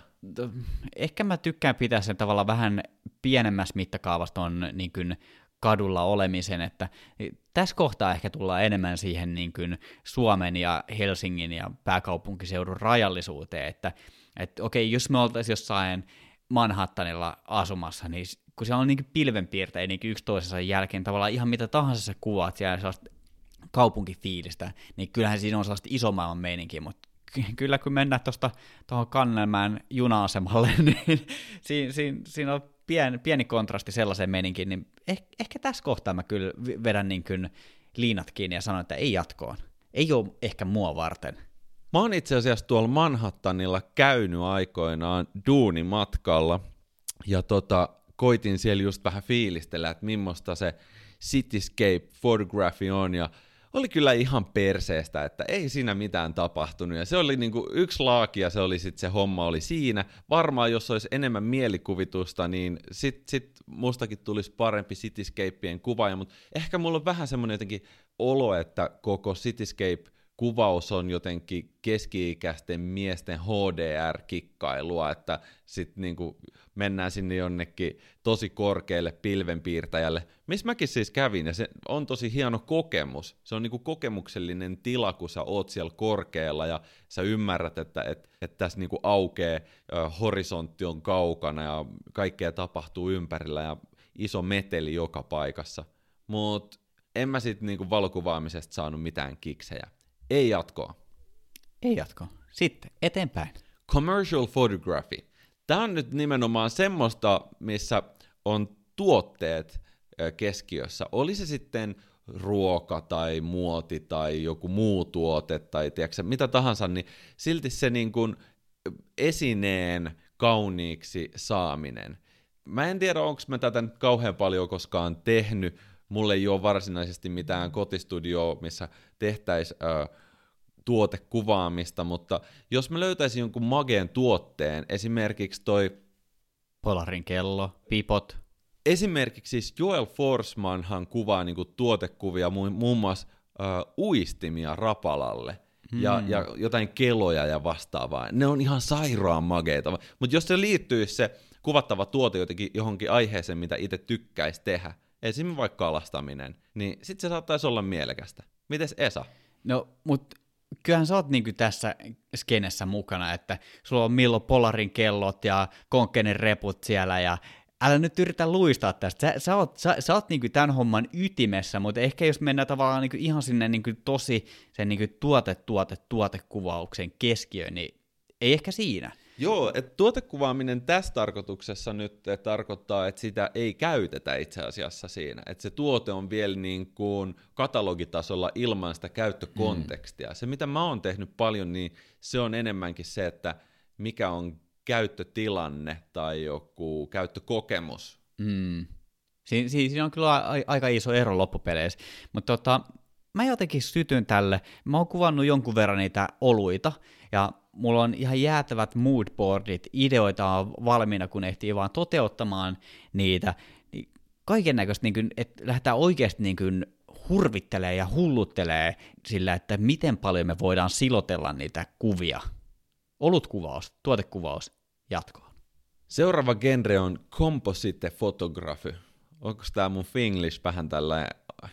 Ehkä mä tykkään pitää sen tavallaan vähän pienemmässä mittakaavassa ton niin kuin kadulla olemisen, että tässä kohtaa ehkä tullaan enemmän siihen niin kuin Suomen ja Helsingin ja pääkaupunkiseudun rajallisuuteen, että, että okei, jos me oltaisiin jossain Manhattanilla asumassa, niin kun siellä on niin kuin pilvenpiirtejä niin kuin yksi toisensa jälkeen, tavallaan ihan mitä tahansa sä kuvaat siellä sellaista kaupunkifiilistä, niin kyllähän siinä on sellaista isomaailman meininkiä, mutta kyllä kun mennään tuosta tuohon Kannelmäen juna-asemalle, niin siinä, siinä, siinä on pieni, pieni kontrasti sellaiseen meininkiin, niin ehkä, ehkä tässä kohtaa mä kyllä vedän niin kuin liinat kiinni ja sanon, että ei jatkoon. Ei ole ehkä mua varten. Mä oon itse asiassa tuolla Manhattanilla käynyt aikoinaan duunimatkalla, ja tota, koitin siellä just vähän fiilistellä, että millaista se cityscape photography on, ja oli kyllä ihan perseestä, että ei siinä mitään tapahtunut, ja se oli niinku yksi laaki, ja se oli sitten se homma oli siinä. Varmaan jos olisi enemmän mielikuvitusta, niin sit, sit mustakin tulisi parempi cityscapeen kuvaaja, mutta ehkä mulla on vähän semmoinen jotenkin olo, että koko cityscape-kuvaus on jotenkin keski-ikäisten miesten H D R-kikkailua, että sitten niinku mennään sinne jonnekin tosi korkealle pilvenpiirtäjälle, missä mäkin siis kävin, ja se on tosi hieno kokemus. Se on niinku kokemuksellinen tila, kun sä oot siellä korkealla, ja sä ymmärrät, että et, et tässä niinku aukeaa, äh, horisontti on kaukana, ja kaikkea tapahtuu ympärillä, ja iso meteli joka paikassa. Mut en mä sit niinku valokuvaamisesta saanut mitään kiksejä. Ei jatkoa. Ei jatkoa. Sitten eteenpäin. Commercial photography. Tämä on nyt nimenomaan semmoista, missä on tuotteet keskiössä. Oli se sitten ruoka tai muoti tai joku muu tuote tai tiedätkö, mitä tahansa, niin silti se niin kuin esineen kauniiksi saaminen. Mä en tiedä, onko mä tätä nyt kauhean paljon koskaan tehnyt. Mulla ei ole varsinaisesti mitään kotistudioa, missä tehtäisiin äh, tuotekuvaamista, mutta jos mä löytäisin jonkun mageen tuotteen, esimerkiksi toi Polarin kello, pipot. Esimerkiksi siis Joel Forsmanhan kuvaa niinku tuotekuvia muun mu- muassa uh, uistimia Rapalalle hmm. ja, ja jotain keloja ja vastaavaa. Ne on ihan sairaan mageita, mutta jos se liittyisi se kuvattava tuote jotenkin johonkin aiheeseen, mitä itse tykkäisi tehdä, esimerkiksi vaikka kalastaminen, niin sitten se saattaisi olla mielekästä. Mites Esa? No, mutta kyllähän sä oot niinku tässä skenessä mukana, että sulla on milloin Polarin kellot ja Konkkenen reput siellä ja älä nyt yritä luistaa tästä. Sä, sä oot, sä, sä oot niinku tämän homman ytimessä, mutta ehkä jos mennään tavallaan niinku ihan sinne niinku tosi sen niinku tuote, tuote, tuotekuvauksen keskiöön, niin ei ehkä siinä. Joo, että tuotekuvaaminen tässä tarkoituksessa nyt tarkoittaa, että sitä ei käytetä itse asiassa siinä. Että se tuote on vielä niin kuin katalogitasolla ilman sitä käyttökontekstia. Mm. Se, mitä mä oon tehnyt paljon, niin se on enemmänkin se, että mikä on käyttötilanne tai joku käyttökokemus. Mm. Siinä, siinä on kyllä aika iso ero loppupeleissä, mutta tota, mä jotenkin sytyn tälle. Mä oon kuvannut jonkun verran niitä oluita, ja mulla on ihan jäätävät moodboardit, ideoita on valmiina, kun ehtii vaan toteuttamaan niitä. Kaiken näköistä, niin että lähdetään oikeasti niin kuin hurvittelee ja hulluttelee sillä, että miten paljon me voidaan silotella niitä kuvia. Olutkuvaus, tuotekuvaus, jatkoon. Seuraava genre on composite photography. Onko tämä mun finglish vähän tällä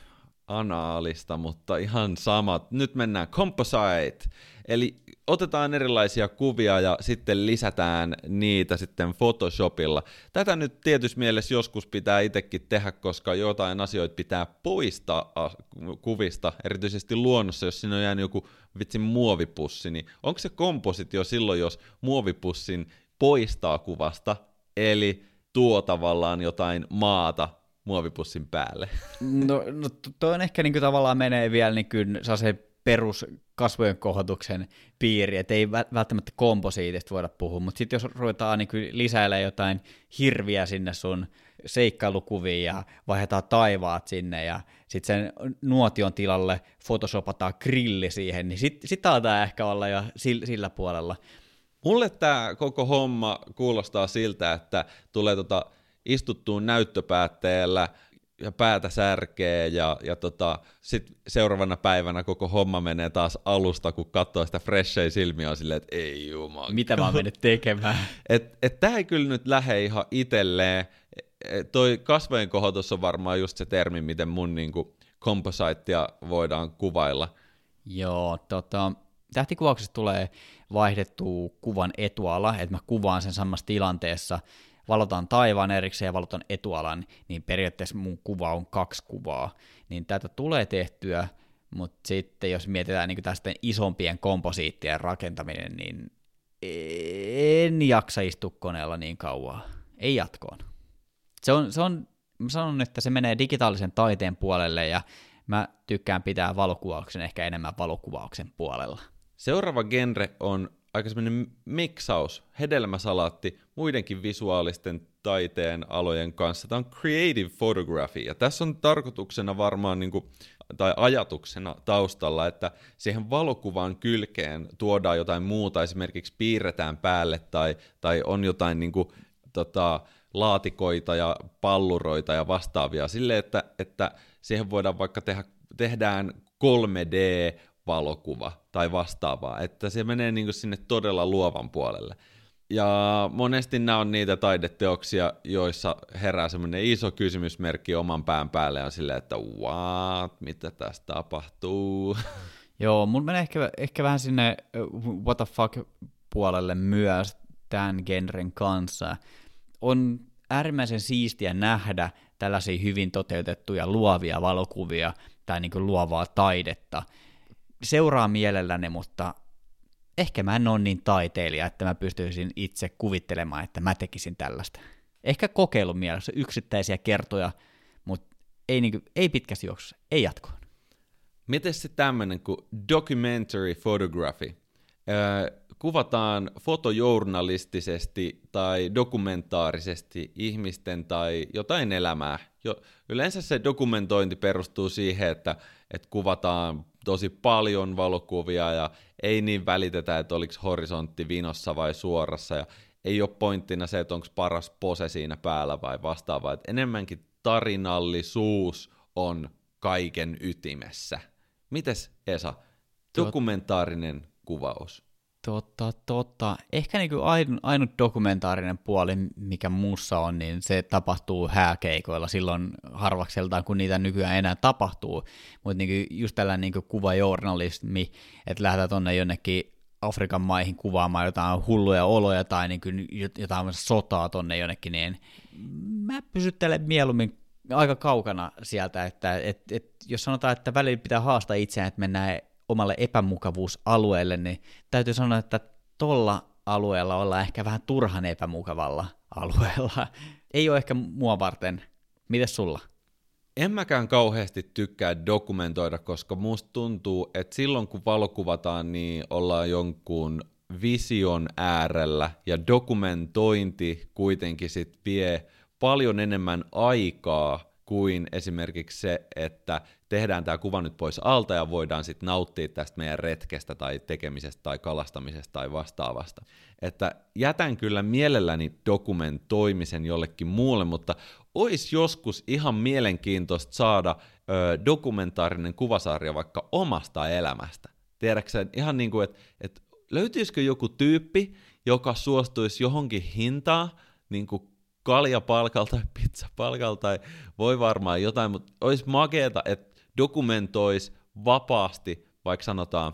anaalista, mutta ihan samat. Nyt mennään composite. Eli otetaan erilaisia kuvia ja sitten lisätään niitä sitten Photoshopilla. Tätä nyt tietysti mielessä joskus pitää itsekin tehdä, koska jotain asioita pitää poistaa kuvista, erityisesti luonnossa, jos siinä on jäänyt joku vitsin muovipussi, niin onko se kompositio silloin, jos muovipussin poistaa kuvasta, eli tuo tavallaan jotain maata muovipussin päälle? No, no toi on ehkä niin kuin tavallaan menee vielä niin kuin se perus kasvojen kohotuksen piiri, että ei välttämättä komposiitista voida puhua, mutta sitten jos ruvetaan niin kuin lisäilemään jotain hirviä sinne sun seikkailukuviin ja vaihdetaan taivaat sinne ja sitten sen nuotion tilalle photoshopataan grilli siihen, niin sitten sit aletaan ehkä olla jo sillä, sillä puolella. Mulle tämä koko homma kuulostaa siltä, että tulee tota istuttuun näyttöpäätteellä ja päätä särkee ja, ja tota, sitten seuraavana päivänä koko homma menee taas alusta, kun katsoo sitä freshejä silmiä silleen, että ei jumala. Mitä mä oon mennyt tekemään? Et, et tää ei kyllä nyt lähde ihan itselleen. Et toi kasvojen kohotus on varmaan just se termi, miten mun niinku compositea voidaan kuvailla. Joo, tota, tähtikuvauksessa tulee vaihdettua kuvan etuala, että mä kuvaan sen samassa tilanteessa, valotaan taivaan erikseen ja valotaan etualan, niin periaatteessa mun kuva on kaksi kuvaa. Niin tätä tulee tehtyä, mutta sitten jos mietitään niin tästä isompien komposiittien rakentaminen, niin en jaksa istua koneella niin kauan. Ei jatkoon. Se on, se on, mä sanon, että se menee digitaalisen taiteen puolelle, ja mä tykkään pitää valokuvauksen ehkä enemmän valokuvauksen puolella. Seuraava genre on aika semmoinen miksaus, hedelmäsalaatti muidenkin visuaalisten taiteen alojen kanssa. Tämä on creative photography, ja tässä on tarkoituksena varmaan, niin kuin, tai ajatuksena taustalla, että siihen valokuvan kylkeen tuodaan jotain muuta, esimerkiksi piirretään päälle, tai, tai on jotain niin kuin, tota, laatikoita ja palluroita ja vastaavia, silleen, että, että siihen voidaan vaikka tehdä, tehdään kolme D-valokuva tai vastaavaa, että se menee niin kuin sinne todella luovan puolelle. Ja monesti nämä on niitä taideteoksia, joissa herää semmoinen iso kysymysmerkki oman pään päälle ja silleen, että what, mitä tässä tapahtuu? Joo, mun menee ehkä, ehkä vähän sinne what the fuck puolelle myös tämän genren kanssa. On äärimmäisen siistiä nähdä tällaisia hyvin toteutettuja luovia valokuvia tai niin kuin luovaa taidetta. Seuraa mielelläni, mutta ehkä mä en ole niin taiteilija, että mä pystyisin itse kuvittelemaan, että mä tekisin tällaista. Ehkä kokeilun mielessä yksittäisiä kertoja, mutta ei, niin kuin, ei pitkästi juoksussa, ei jatkoon. Miten se tämmöinen kuin documentary photography? Öö, kuvataan fotojournalistisesti tai dokumentaarisesti ihmisten tai jotain elämää. Jo, yleensä se dokumentointi perustuu siihen, että, että kuvataan tosi paljon valokuvia ja ei niin välitetä, että oliko horisontti vinossa vai suorassa ja ei ole pointtina se, että onko paras pose siinä päällä vai vastaavaa. Että enemmänkin tarinallisuus on kaiken ytimessä. Mites Esa, dokumentaarinen kuvaus? Totta, totta. Ehkä niin kuin ainut, ainut dokumentaarinen puoli, mikä muussa on, niin se tapahtuu hääkeikoilla silloin harvakseltaan, kun niitä nykyään enää tapahtuu. Mutta niin just tällainen niin kuvajournalismi, että lähdetään tuonne jonnekin Afrikan maihin kuvaamaan jotain hulluja oloja tai niin kuin jotain sotaa tuonne jonnekin, niin mä pysyttelen mieluummin aika kaukana sieltä, että et, et, jos sanotaan, että välillä pitää haastaa itseään, että mennään omalle epämukavuusalueelle, niin täytyy sanoa, että tolla alueella ollaan ehkä vähän turhan epämukavalla alueella. Ei ole ehkä mua varten. Mites sulla? En mäkään kauheasti tykkää dokumentoida, koska musta tuntuu, että silloin kun valokuvataan, niin ollaan jonkun vision äärellä, ja dokumentointi kuitenkin sit vie paljon enemmän aikaa kuin esimerkiksi se, että tehdään tämä kuva nyt pois alta ja voidaan sitten nauttia tästä meidän retkestä tai tekemisestä tai kalastamisesta tai vastaavasta. Että jätän kyllä mielelläni dokumentoimisen jollekin muulle, mutta olisi joskus ihan mielenkiintoista saada ö, dokumentaarinen kuvasarja vaikka omasta elämästä. Tiedätkö ihan niin kuin, että et löytyisikö joku tyyppi, joka suostuisi johonkin hintaan, niin kuin kaljapalkalta tai pizzapalkalta tai voi varmaan jotain, mutta olisi makeeta, että dokumentoisi vapaasti, vaikka sanotaan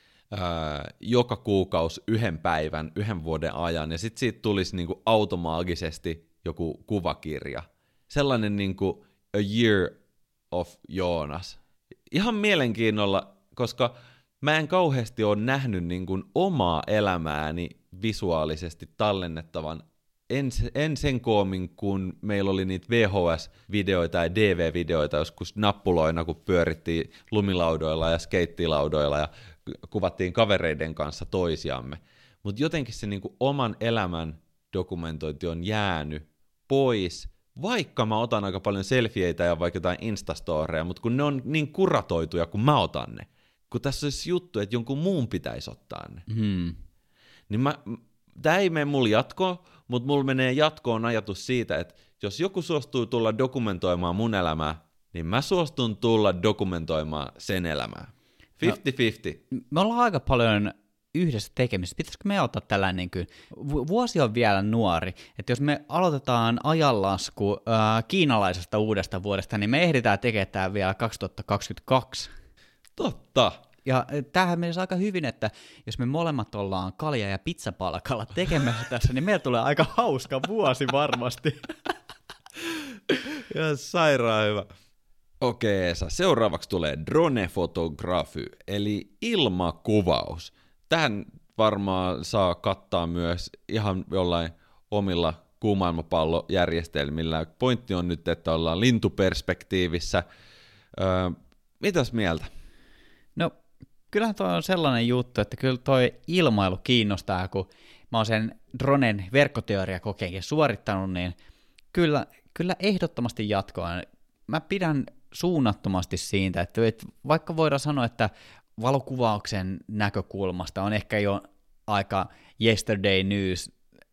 ää, joka kuukausi yhden päivän, yhden vuoden ajan, ja sitten siitä tulisi niinku automaagisesti joku kuvakirja. Sellainen niinku A Year of Joonas. Ihan mielenkiinnolla, koska mä en kauheasti ole nähnyt niinku omaa elämääni visuaalisesti tallennettavan. En, en sen koomin, kun meillä oli niitä V H S-videoita ja D V-videoita joskus nappuloina, kun pyörittiin lumilaudoilla ja skeittilaudoilla ja kuvattiin kavereiden kanssa toisiamme. Mutta jotenkin se niinku oman elämän dokumentointi on jäänyt pois, vaikka mä otan aika paljon selfieitä ja vaikka jotain instastoreja, mutta kun ne on niin kuratoituja, kun mä otan ne. Kun tässä olisi juttu, että jonkun muun pitäisi ottaa ne. Hmm. Niin mä... Tämä ei mene mulla jatkoon, mutta mulla menee jatkoon ajatus siitä, että jos joku suostuu tulla dokumentoimaan mun elämää, niin mä suostun tulla dokumentoimaan sen elämää. viisikymmentä viisikymmentä. No, me ollaan aika paljon yhdessä tekemisissä. Pitäisikö me ottaa tällainen, niin kuin, vuosi on vielä nuori, että jos me aloitetaan ajanlasku äh, kiinalaisesta uudesta vuodesta, niin me ehditään tekemään tämä vielä kaksituhattakaksikymmentäkaksi. Totta. Ja tämähän menisi aika hyvin, että jos me molemmat ollaan kalja- ja pizzapalkalla tekemässä tässä, niin meillä tulee aika hauska vuosi varmasti. Ja sairaan hyvä. Okei, Esa. Seuraavaksi tulee drone-fotografy, eli ilmakuvaus. Tähän varmaan saa kattaa myös ihan jollain omilla kuumaailmapallojärjestelmillä. Pointti on nyt, että ollaan lintuperspektiivissä. Öö, mitäs mieltä? No, kyllähän toi on sellainen juttu, että kyllä toi ilmailu kiinnostaa, kun mä oon sen dronen verkkoteoriakokeenkin suorittanut, niin kyllä, kyllä ehdottomasti jatkoa. Mä pidän suunnattomasti siitä, että vaikka voidaan sanoa, että valokuvauksen näkökulmasta on ehkä jo aika yesterday news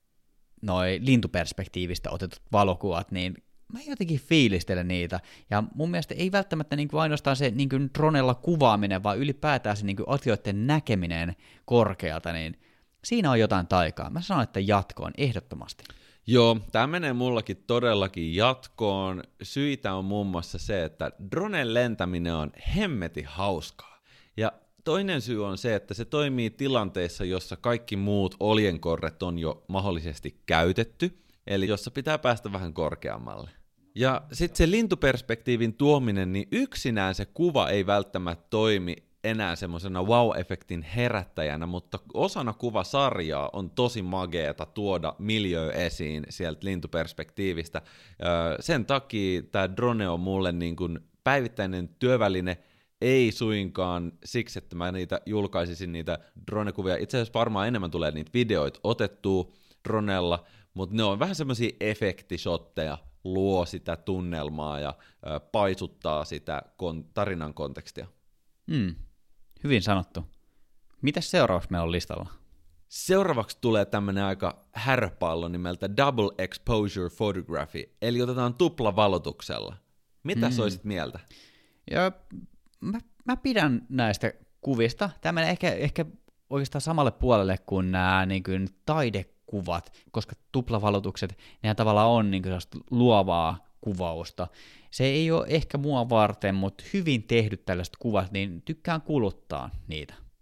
noi lintuperspektiivistä otetut valokuvat, niin mä jotenkin fiilistelen niitä, ja mun mielestä ei välttämättä niin kuin ainoastaan se niin kuin dronella kuvaaminen, vaan ylipäätään se niin kuin asioiden näkeminen korkealta, niin siinä on jotain taikaa. Mä sanon, että jatkoon ehdottomasti. Joo, tämä menee mullakin todellakin jatkoon. Syitä on muun muassa se, että dronen lentäminen on hemmeti hauskaa. Ja toinen syy on se, että se toimii tilanteissa, jossa kaikki muut oljenkorret on jo mahdollisesti käytetty, eli jossa pitää päästä vähän korkeammalle. Ja sitten se lintuperspektiivin tuominen, niin yksinään se kuva ei välttämättä toimi enää semmoisena wow-efektin herättäjänä, mutta osana kuvasarjaa on tosi mageeta tuoda miljöö esiin sieltä lintuperspektiivistä. Sen takia tämä drone on mulle niin kuin päivittäinen työväline, ei suinkaan siksi, että mä niitä julkaisisin niitä dronekuvia. Itse asiassa varmaan enemmän tulee niitä videoita otettua dronella, mutta ne on vähän semmoisia efektishotteja, luo sitä tunnelmaa ja ö, paisuttaa sitä kon- tarinan kontekstia. Hmm. Hyvin sanottu. Mitäs seuraavaksi meillä on listalla? Seuraavaksi tulee tämmönen aika härpäallo nimeltä Double Exposure Photography, eli otetaan tuplavalotuksella. Mitä hmm. sä olisit mieltä? Ja mä, mä pidän näistä kuvista. Tämä menee ehkä, ehkä oikeastaan samalle puolelle kuin nämä niin kuin taidekuvat, koska tuplavalotukset, nehän tavallaan on niin kuin luovaa kuvausta. Se ei ole ehkä mua varten, mutta hyvin tehdyt tällaiset kuvat, niin tykkään kuluttaa niitä.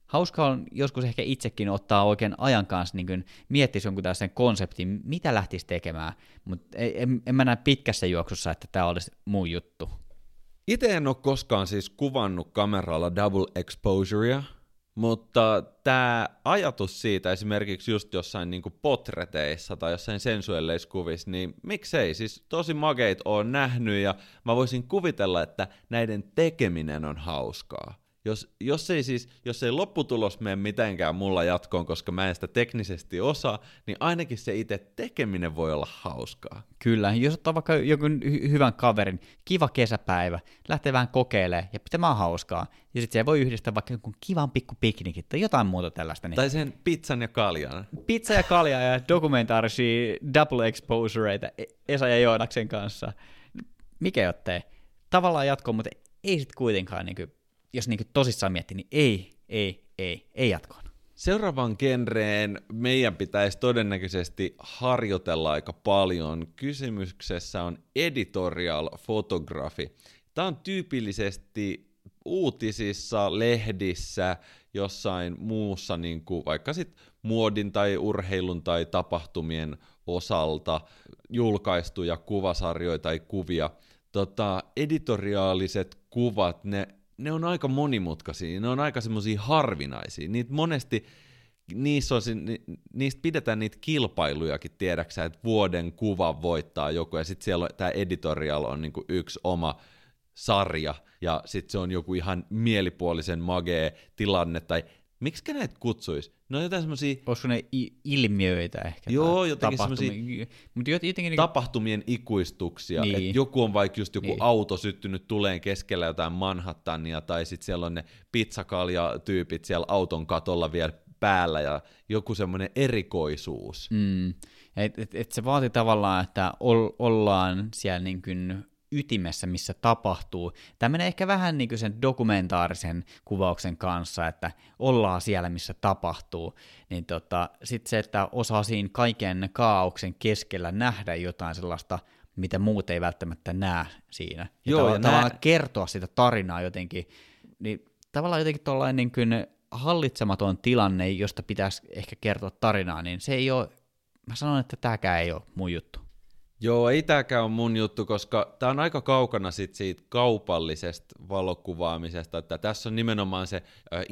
Hauskaa on joskus ehkä itsekin ottaa oikein ajan kanssa, niin kuin miettisi jonkun tällaisen konseptin, mitä lähtisi tekemään, mutta en, en mä näe pitkässä juoksussa, että tämä olisi mun juttu. Itse en ole koskaan siis kuvannut kameralla double exposurea, mutta tämä ajatus siitä esimerkiksi just jossain niinku potreteissa tai jossain sensuelleiskuvissa, niin miksei, siis tosi mageit on nähnyt ja mä voisin kuvitella, että näiden tekeminen on hauskaa. Jos, jos, ei siis, jos ei lopputulos mene mitenkään mulla jatkoon, koska mä en sitä teknisesti osaa, niin ainakin se itse tekeminen voi olla hauskaa. Kyllä, jos ottaa vaikka joku hy- hyvän kaverin, kiva kesäpäivä, lähtee vähän kokeilemaan ja pitämään hauskaa, ja sitten se voi yhdistää vaikka jonkun kivan pikku piknikin tai jotain muuta tällaista. Niin... Tai sen pizzan ja kaljan. Pizza ja kalja ja dokumentaarisia double exposureita Esa ja Joonaksen kanssa. Mikä jottei? Tavallaan jatkoon, mutta ei sitten kuitenkaan niin kuin, jos niin tosissaan miettii, niin ei, ei, ei, ei jatkoon. Seuraavan genreen meidän pitäisi todennäköisesti harjoitella aika paljon. Kysymyksessä on editorial photography. Tämä on tyypillisesti uutisissa, lehdissä, jossain muussa, niin kuin vaikka sit muodin tai urheilun tai tapahtumien osalta julkaistuja kuvasarjoja tai kuvia. Tota, editoriaaliset kuvat, ne Ne on aika monimutkaisia, ne on aika semmoisia harvinaisia. Niitä monesti, niissä on, niistä pidetään niitä kilpailujakin, tiedäksä, että vuoden kuva voittaa joku, ja sitten siellä tämä editorial on niinku yksi oma sarja, ja sitten se on joku ihan mielipuolisen magee tilanne, tai miksi näitä kutsuisi? Ne on jotain semmoisia... Olisiko ne i- ilmiöitä ehkä? Joo, jotenkin semmoisia jotenkin... tapahtumien ikuistuksia. Niin. Että joku on vaikka just joku niin. auto syttynyt tuleen keskellä jotain Manhattania, tai sitten siellä on ne pizzakalja-tyypit siellä auton katolla vielä päällä, ja joku semmoinen erikoisuus. Mm. Et, et, et se vaatii tavallaan, että ol, ollaan siellä niin kuin ytimessä, missä tapahtuu. Tämä menee ehkä vähän niin kuin sen dokumentaarisen kuvauksen kanssa, että ollaan siellä, missä tapahtuu. Niin tota, sitten se, että osaa siinä kaiken kaauksen keskellä nähdä jotain sellaista, mitä muut ei välttämättä näe siinä. Ja Joo, tavallaan, ja tavallaan nää... kertoa sitä tarinaa jotenkin. Niin tavallaan jotenkin tuollainen niin kuin hallitsematon tilanne, josta pitäisi ehkä kertoa tarinaa, niin se ei ole, mä sanon, että tämäkään ei ole mun juttu. Joo, ei tääkään ole mun juttu, koska tää on aika kaukana sit siitä kaupallisesta valokuvaamisesta, että tässä on nimenomaan se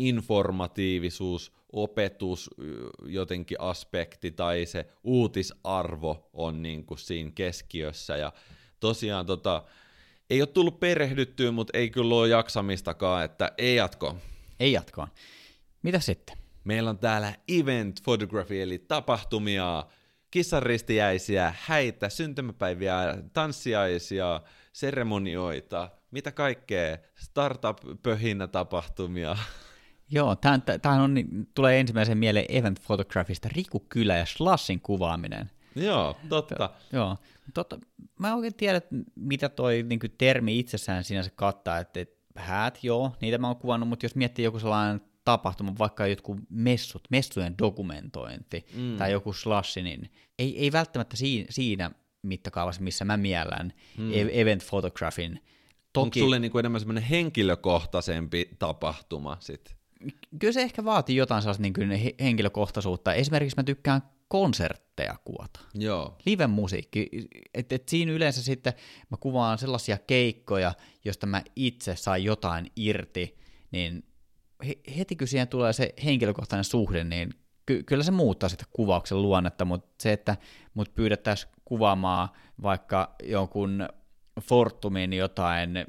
informatiivisuus, opetus jotenkin aspekti tai se uutisarvo on niinku siinä keskiössä, ja tosiaan tota, ei ole tullut perehdyttyä, mutta ei kyllä ole jaksamistakaan, että ei jatkoon. Ei jatkoon. Mitä sitten? Meillä on täällä event photography, eli tapahtumia, kissanristiäisiä, häitä, syntymäpäiviä, tanssiaisia, seremonioita, mitä kaikkea, startup-pöhinä tapahtumia. Joo, tämähän on, tulee ensimmäisen mieleen event photographysta Riku Kylä ja Slashin kuvaaminen. Joo, totta. Joo, totta. Mä en oikein tiedä, mitä toi niin kuin termi itsessään sinänsä kattaa, että et, häät, joo, niitä mä oon kuvannut, mutta jos miettii joku sellainen tapahtuma, vaikka jotkut messut, messujen dokumentointi mm. tai joku slashi, niin ei, ei välttämättä siinä, siinä mittakaavassa, missä mä miellän mm. event photographin. Toki... Onko sulle niinku enemmän semmoinen henkilökohtaisempi tapahtuma sit? Kyllä se ehkä vaatii jotain sellaista niin kuin henkilökohtaisuutta. Esimerkiksi mä tykkään konsertteja kuvata. Joo. Live-musiikki. Et, et siinä yleensä sitten mä kuvaan sellaisia keikkoja, joista mä itse saan jotain irti, niin heti kun siihen tulee se henkilökohtainen suhde, niin ky- kyllä se muuttaa sitä kuvauksen luonnetta, mutta se, että mut pyydettäisiin kuvaamaan vaikka jonkun Fortumin jotain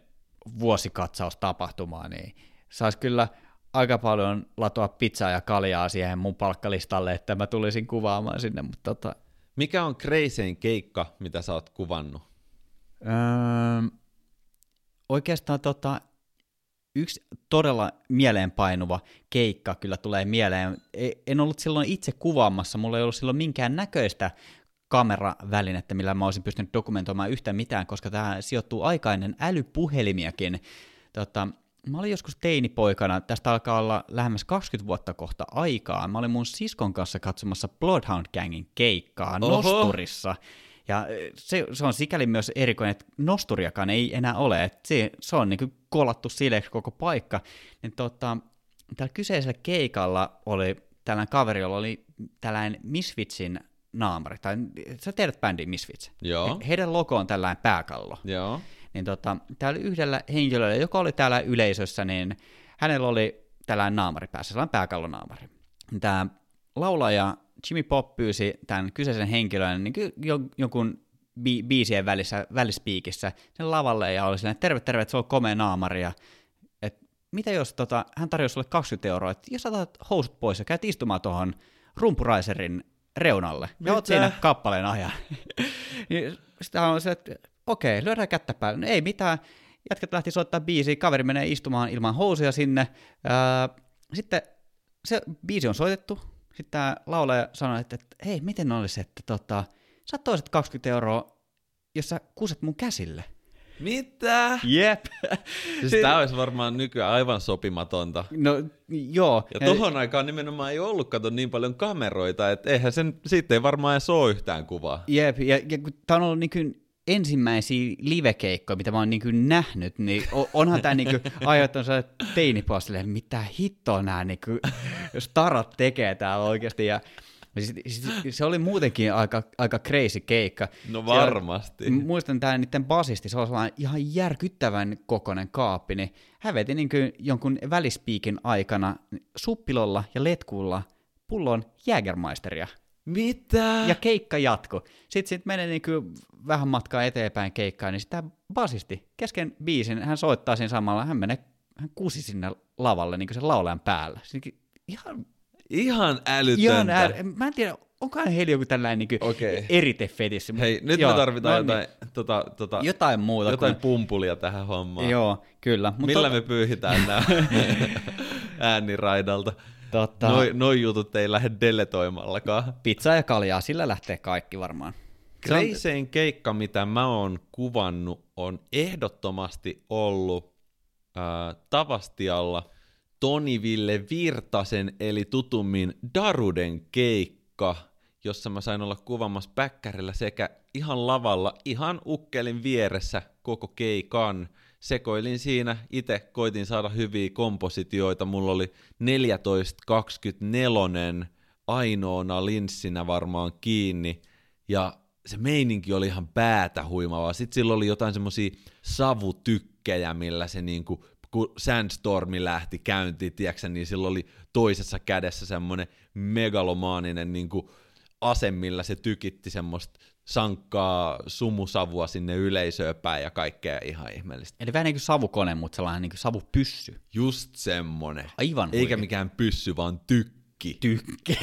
vuosikatsaustapahtumaa, niin saisi kyllä aika paljon latoa pizzaa ja kaljaa siihen mun palkkalistalle, että mä tulisin kuvaamaan sinne. Mutta tota... Mikä on crazyin keikka, mitä sä oot kuvannut? Öö, oikeastaan tota... Yksi todella mieleenpainuva keikka kyllä tulee mieleen. En ollut silloin itse kuvaamassa, mulla ei ollut silloin minkään näköistä kameravälinettä, millä mä olisin pystynyt dokumentoimaan yhtään mitään, koska tämä sijoittuu aika ennen älypuhelimiakin. Tota, mä olin joskus teinipoikana, tästä alkaa olla lähemmäs kaksikymmentä vuotta kohta aikaa. Mä olin mun siskon kanssa katsomassa Bloodhound Gangin keikkaa Oho. Nosturissa. Ja se, se on sikäli myös erikoinen, että nosturiakaan ei enää ole, että se, se on niin kuin kolattu sileeksi koko paikka. Niin tota, tällä kyseisellä keikalla oli tällainen kaveri, jolla oli tällainen Misfitsin naamari, tai sä tiedät bändin Misfits. Joo. He, heidän logo on tällainen pääkallo. Joo. Niin tota, täällä oli yhdellä henkilöllä, joka oli täällä yleisössä, niin hänellä oli tällainen naamari päässä, sellainen pääkallonaamari. Tämä laulaja Jimmy Pop pyysi tämän kyseisen henkilön niin jonkun bi- biisien välissä, välispiikissä sen lavalle ja oli silleen, että terve, terve, että se on komea naamari. Ja, et, mitä jos tota, hän tarjosi sulle kaksikymmentä euroa, että jos otat housut pois ja käyt istumaan tuohon rumpuraiserin reunalle mitä? Ja oot siinä kappaleen ajan. Niin sitten hän on se, että okei, lyödään kättä päälle. No ei mitään. Jätkät lähti soittaa biisiä, kaveri menee istumaan ilman housuja sinne. Ää, sitten se biisi on soitettu. Sitten tämä laulaja sanoi, että, että hei, miten olisi, että tota, saat toiset kaksikymmentä euroa, jos sä kuset mun käsille. Mitä? Jep. Siis tää olisi varmaan nykyään aivan sopimatonta. No joo. Ja tohon aikaan nimenomaan ei ollut kato niin paljon kameroita, että eihän sen, siitä ei varmaan edes ole yhtään kuvaa. Jep, ja, ja kun tää on ollut niin kuin ensimmäisiä livekeikkoja, mitä mä oon niin kuin nähnyt, niin onhan tää niin kuin aiheuttanut sellainen teinipostille, että mitä hittoa nää niin kuin starat tekee täällä oikeasti. Ja se oli muutenkin aika, aika crazy keikka. No varmasti. Siellä, muistan tämän niiden basisti, se oli ihan järkyttävän kokoinen kaappi, niin hän veti niin kuin jonkun välispiikin aikana suppilolla ja letkulla pullon Jägermeisteria. Mitä? Ja keikka jatkui. Sitten sit menee niin kuin vähän matkaa eteenpäin keikkaan, niin sitten tämä basisti kesken biisin, hän soittaa siinä samalla, hän menee, hän kusi sinne lavalle niin kuin sen laulajan päällä. Ihan Ihan älytöntä. Ihan äly... Mä en tiedä, onkohan heillä joku tällainen niin okay. eritefetissi. Hei, nyt joo, me tarvitaan no, jotain, niin. tota, tota, jotain muuta. Jotain kun... pumpulia tähän hommaan. Joo, kyllä. Mut Millä tot... me pyyhitään nämä ääniraidalta? Totta. Noi, noi jutut ei lähde deletoimallakaan. Pizza ja kaljaa, sillä lähtee kaikki varmaan. Crazein keikka, mitä mä oon kuvannut, on ehdottomasti ollut äh, Tavastialla Toni Ville Virtasen, eli tutummin Daruden keikka, jossa mä sain olla kuvaamassa päkkärillä sekä ihan lavalla, ihan ukkelin vieressä koko keikan. Sekoilin siinä, itse koitin saada hyviä kompositioita, mulla oli neljätoista kaksikymmentäneljä ainoana linssinä varmaan kiinni, ja se meininki oli ihan päätä huimavaa. Sitten sillä oli jotain semmosia savutykkejä, millä se niinku, kun Sandstormi lähti käyntiin, tiiäksä, niin sillä oli toisessa kädessä semmoinen megalomaaninen niinku ase, millä se tykitti semmoista sankkaa sumusavua sinne yleisöön päin ja kaikkea ihan ihmeellistä. Eli vähän niin kuin savukone, mutta sellainen niin kuin savupyssy. Just semmonen. Aivan eikä oikein. Mikään pyssy, vaan tykki. Tykki.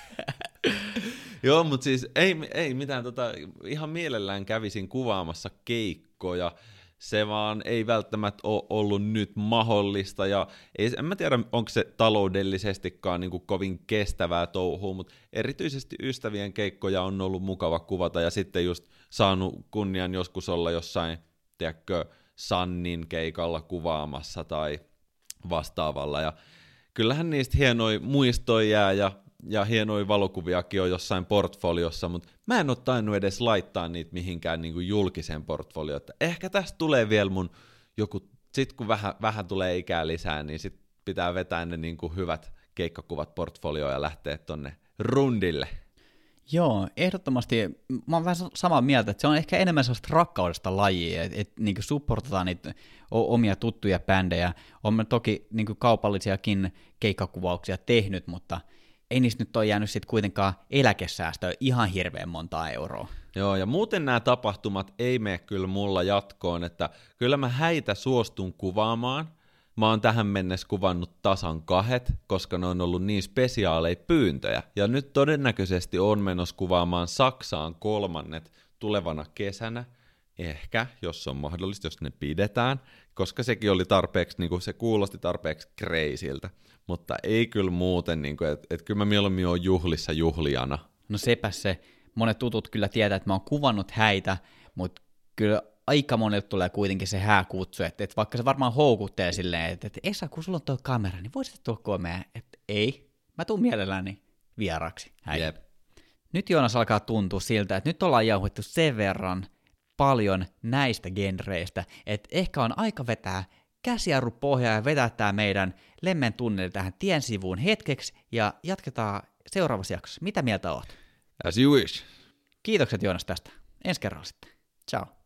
Joo, mutta siis ei, ei mitään, tota, ihan mielellään kävisin kuvaamassa keikkoja. Se vaan ei välttämättä ole ollut nyt mahdollista, ja ei, en mä tiedä, onko se taloudellisestikaan niin kuin kovin kestävää touhua, mutta erityisesti ystävien keikkoja on ollut mukava kuvata, ja sitten just saanut kunnian joskus olla jossain, tiedätkö, Sannin keikalla kuvaamassa tai vastaavalla, ja kyllähän niistä hienoja muistoja jää, ja ja hienoja valokuviakin on jossain portfoliossa, mutta mä en ole tainnut edes laittaa niitä mihinkään niin kuin julkiseen portfolioon, että ehkä tästä tulee vielä mun joku, sit kun vähän, vähän tulee ikää lisää, niin sit pitää vetää ne niin kuin hyvät keikkakuvat portfolioon ja lähteä tonne rundille. Joo, ehdottomasti. Mä oon vähän samaa mieltä, että se on ehkä enemmän sellaista rakkaudesta lajia, että et, niin supportataan niitä omia tuttuja bändejä. Olen toki niin kaupallisiakin keikkakuvauksia tehnyt, mutta ei niistä nyt ole jäänyt sitten kuitenkaan eläkesäästöä ihan hirveän montaa euroa. Joo, ja muuten nämä tapahtumat ei mene kyllä mulla jatkoon, että kyllä mä häitä suostun kuvaamaan. Mä oon tähän mennessä kuvannut tasan kahdet, koska ne on ollut niin spesiaaleja pyyntöjä. Ja nyt todennäköisesti on menossa kuvaamaan Saksaan kolmannet tulevana kesänä. Ehkä, jos on mahdollista, jos ne pidetään, koska sekin oli tarpeeksi, niin kuin se kuulosti tarpeeksi crazyltä. Mutta ei kyllä muuten, niin että et kyllä mä mieluummin oon juhlissa juhlijana. No sepä se. Monet tutut kyllä tietää, että mä oon kuvannut häitä, mutta kyllä aika monelta tulee kuitenkin se hääkutsu, että, että vaikka se varmaan houkuttelee silleen, että, että Esa, kun sulla on tuo kamera, niin voisit tulla koomea, että ei, mä tuun mielelläni vieraksi häitä. Yep. Nyt Joonas alkaa tuntua siltä, että nyt ollaan jauhettu sen verran paljon näistä genreistä, että ehkä on aika vetää käsijarru pohjaan ja vetää tää meidän lemmen tunneli tähän tien sivuun hetkeksi ja jatketaan seuraavassa jaksossa. Mitä mieltä oot? As you wish. Kiitokset Joonas tästä. Ensi kerralla sitten. Ciao.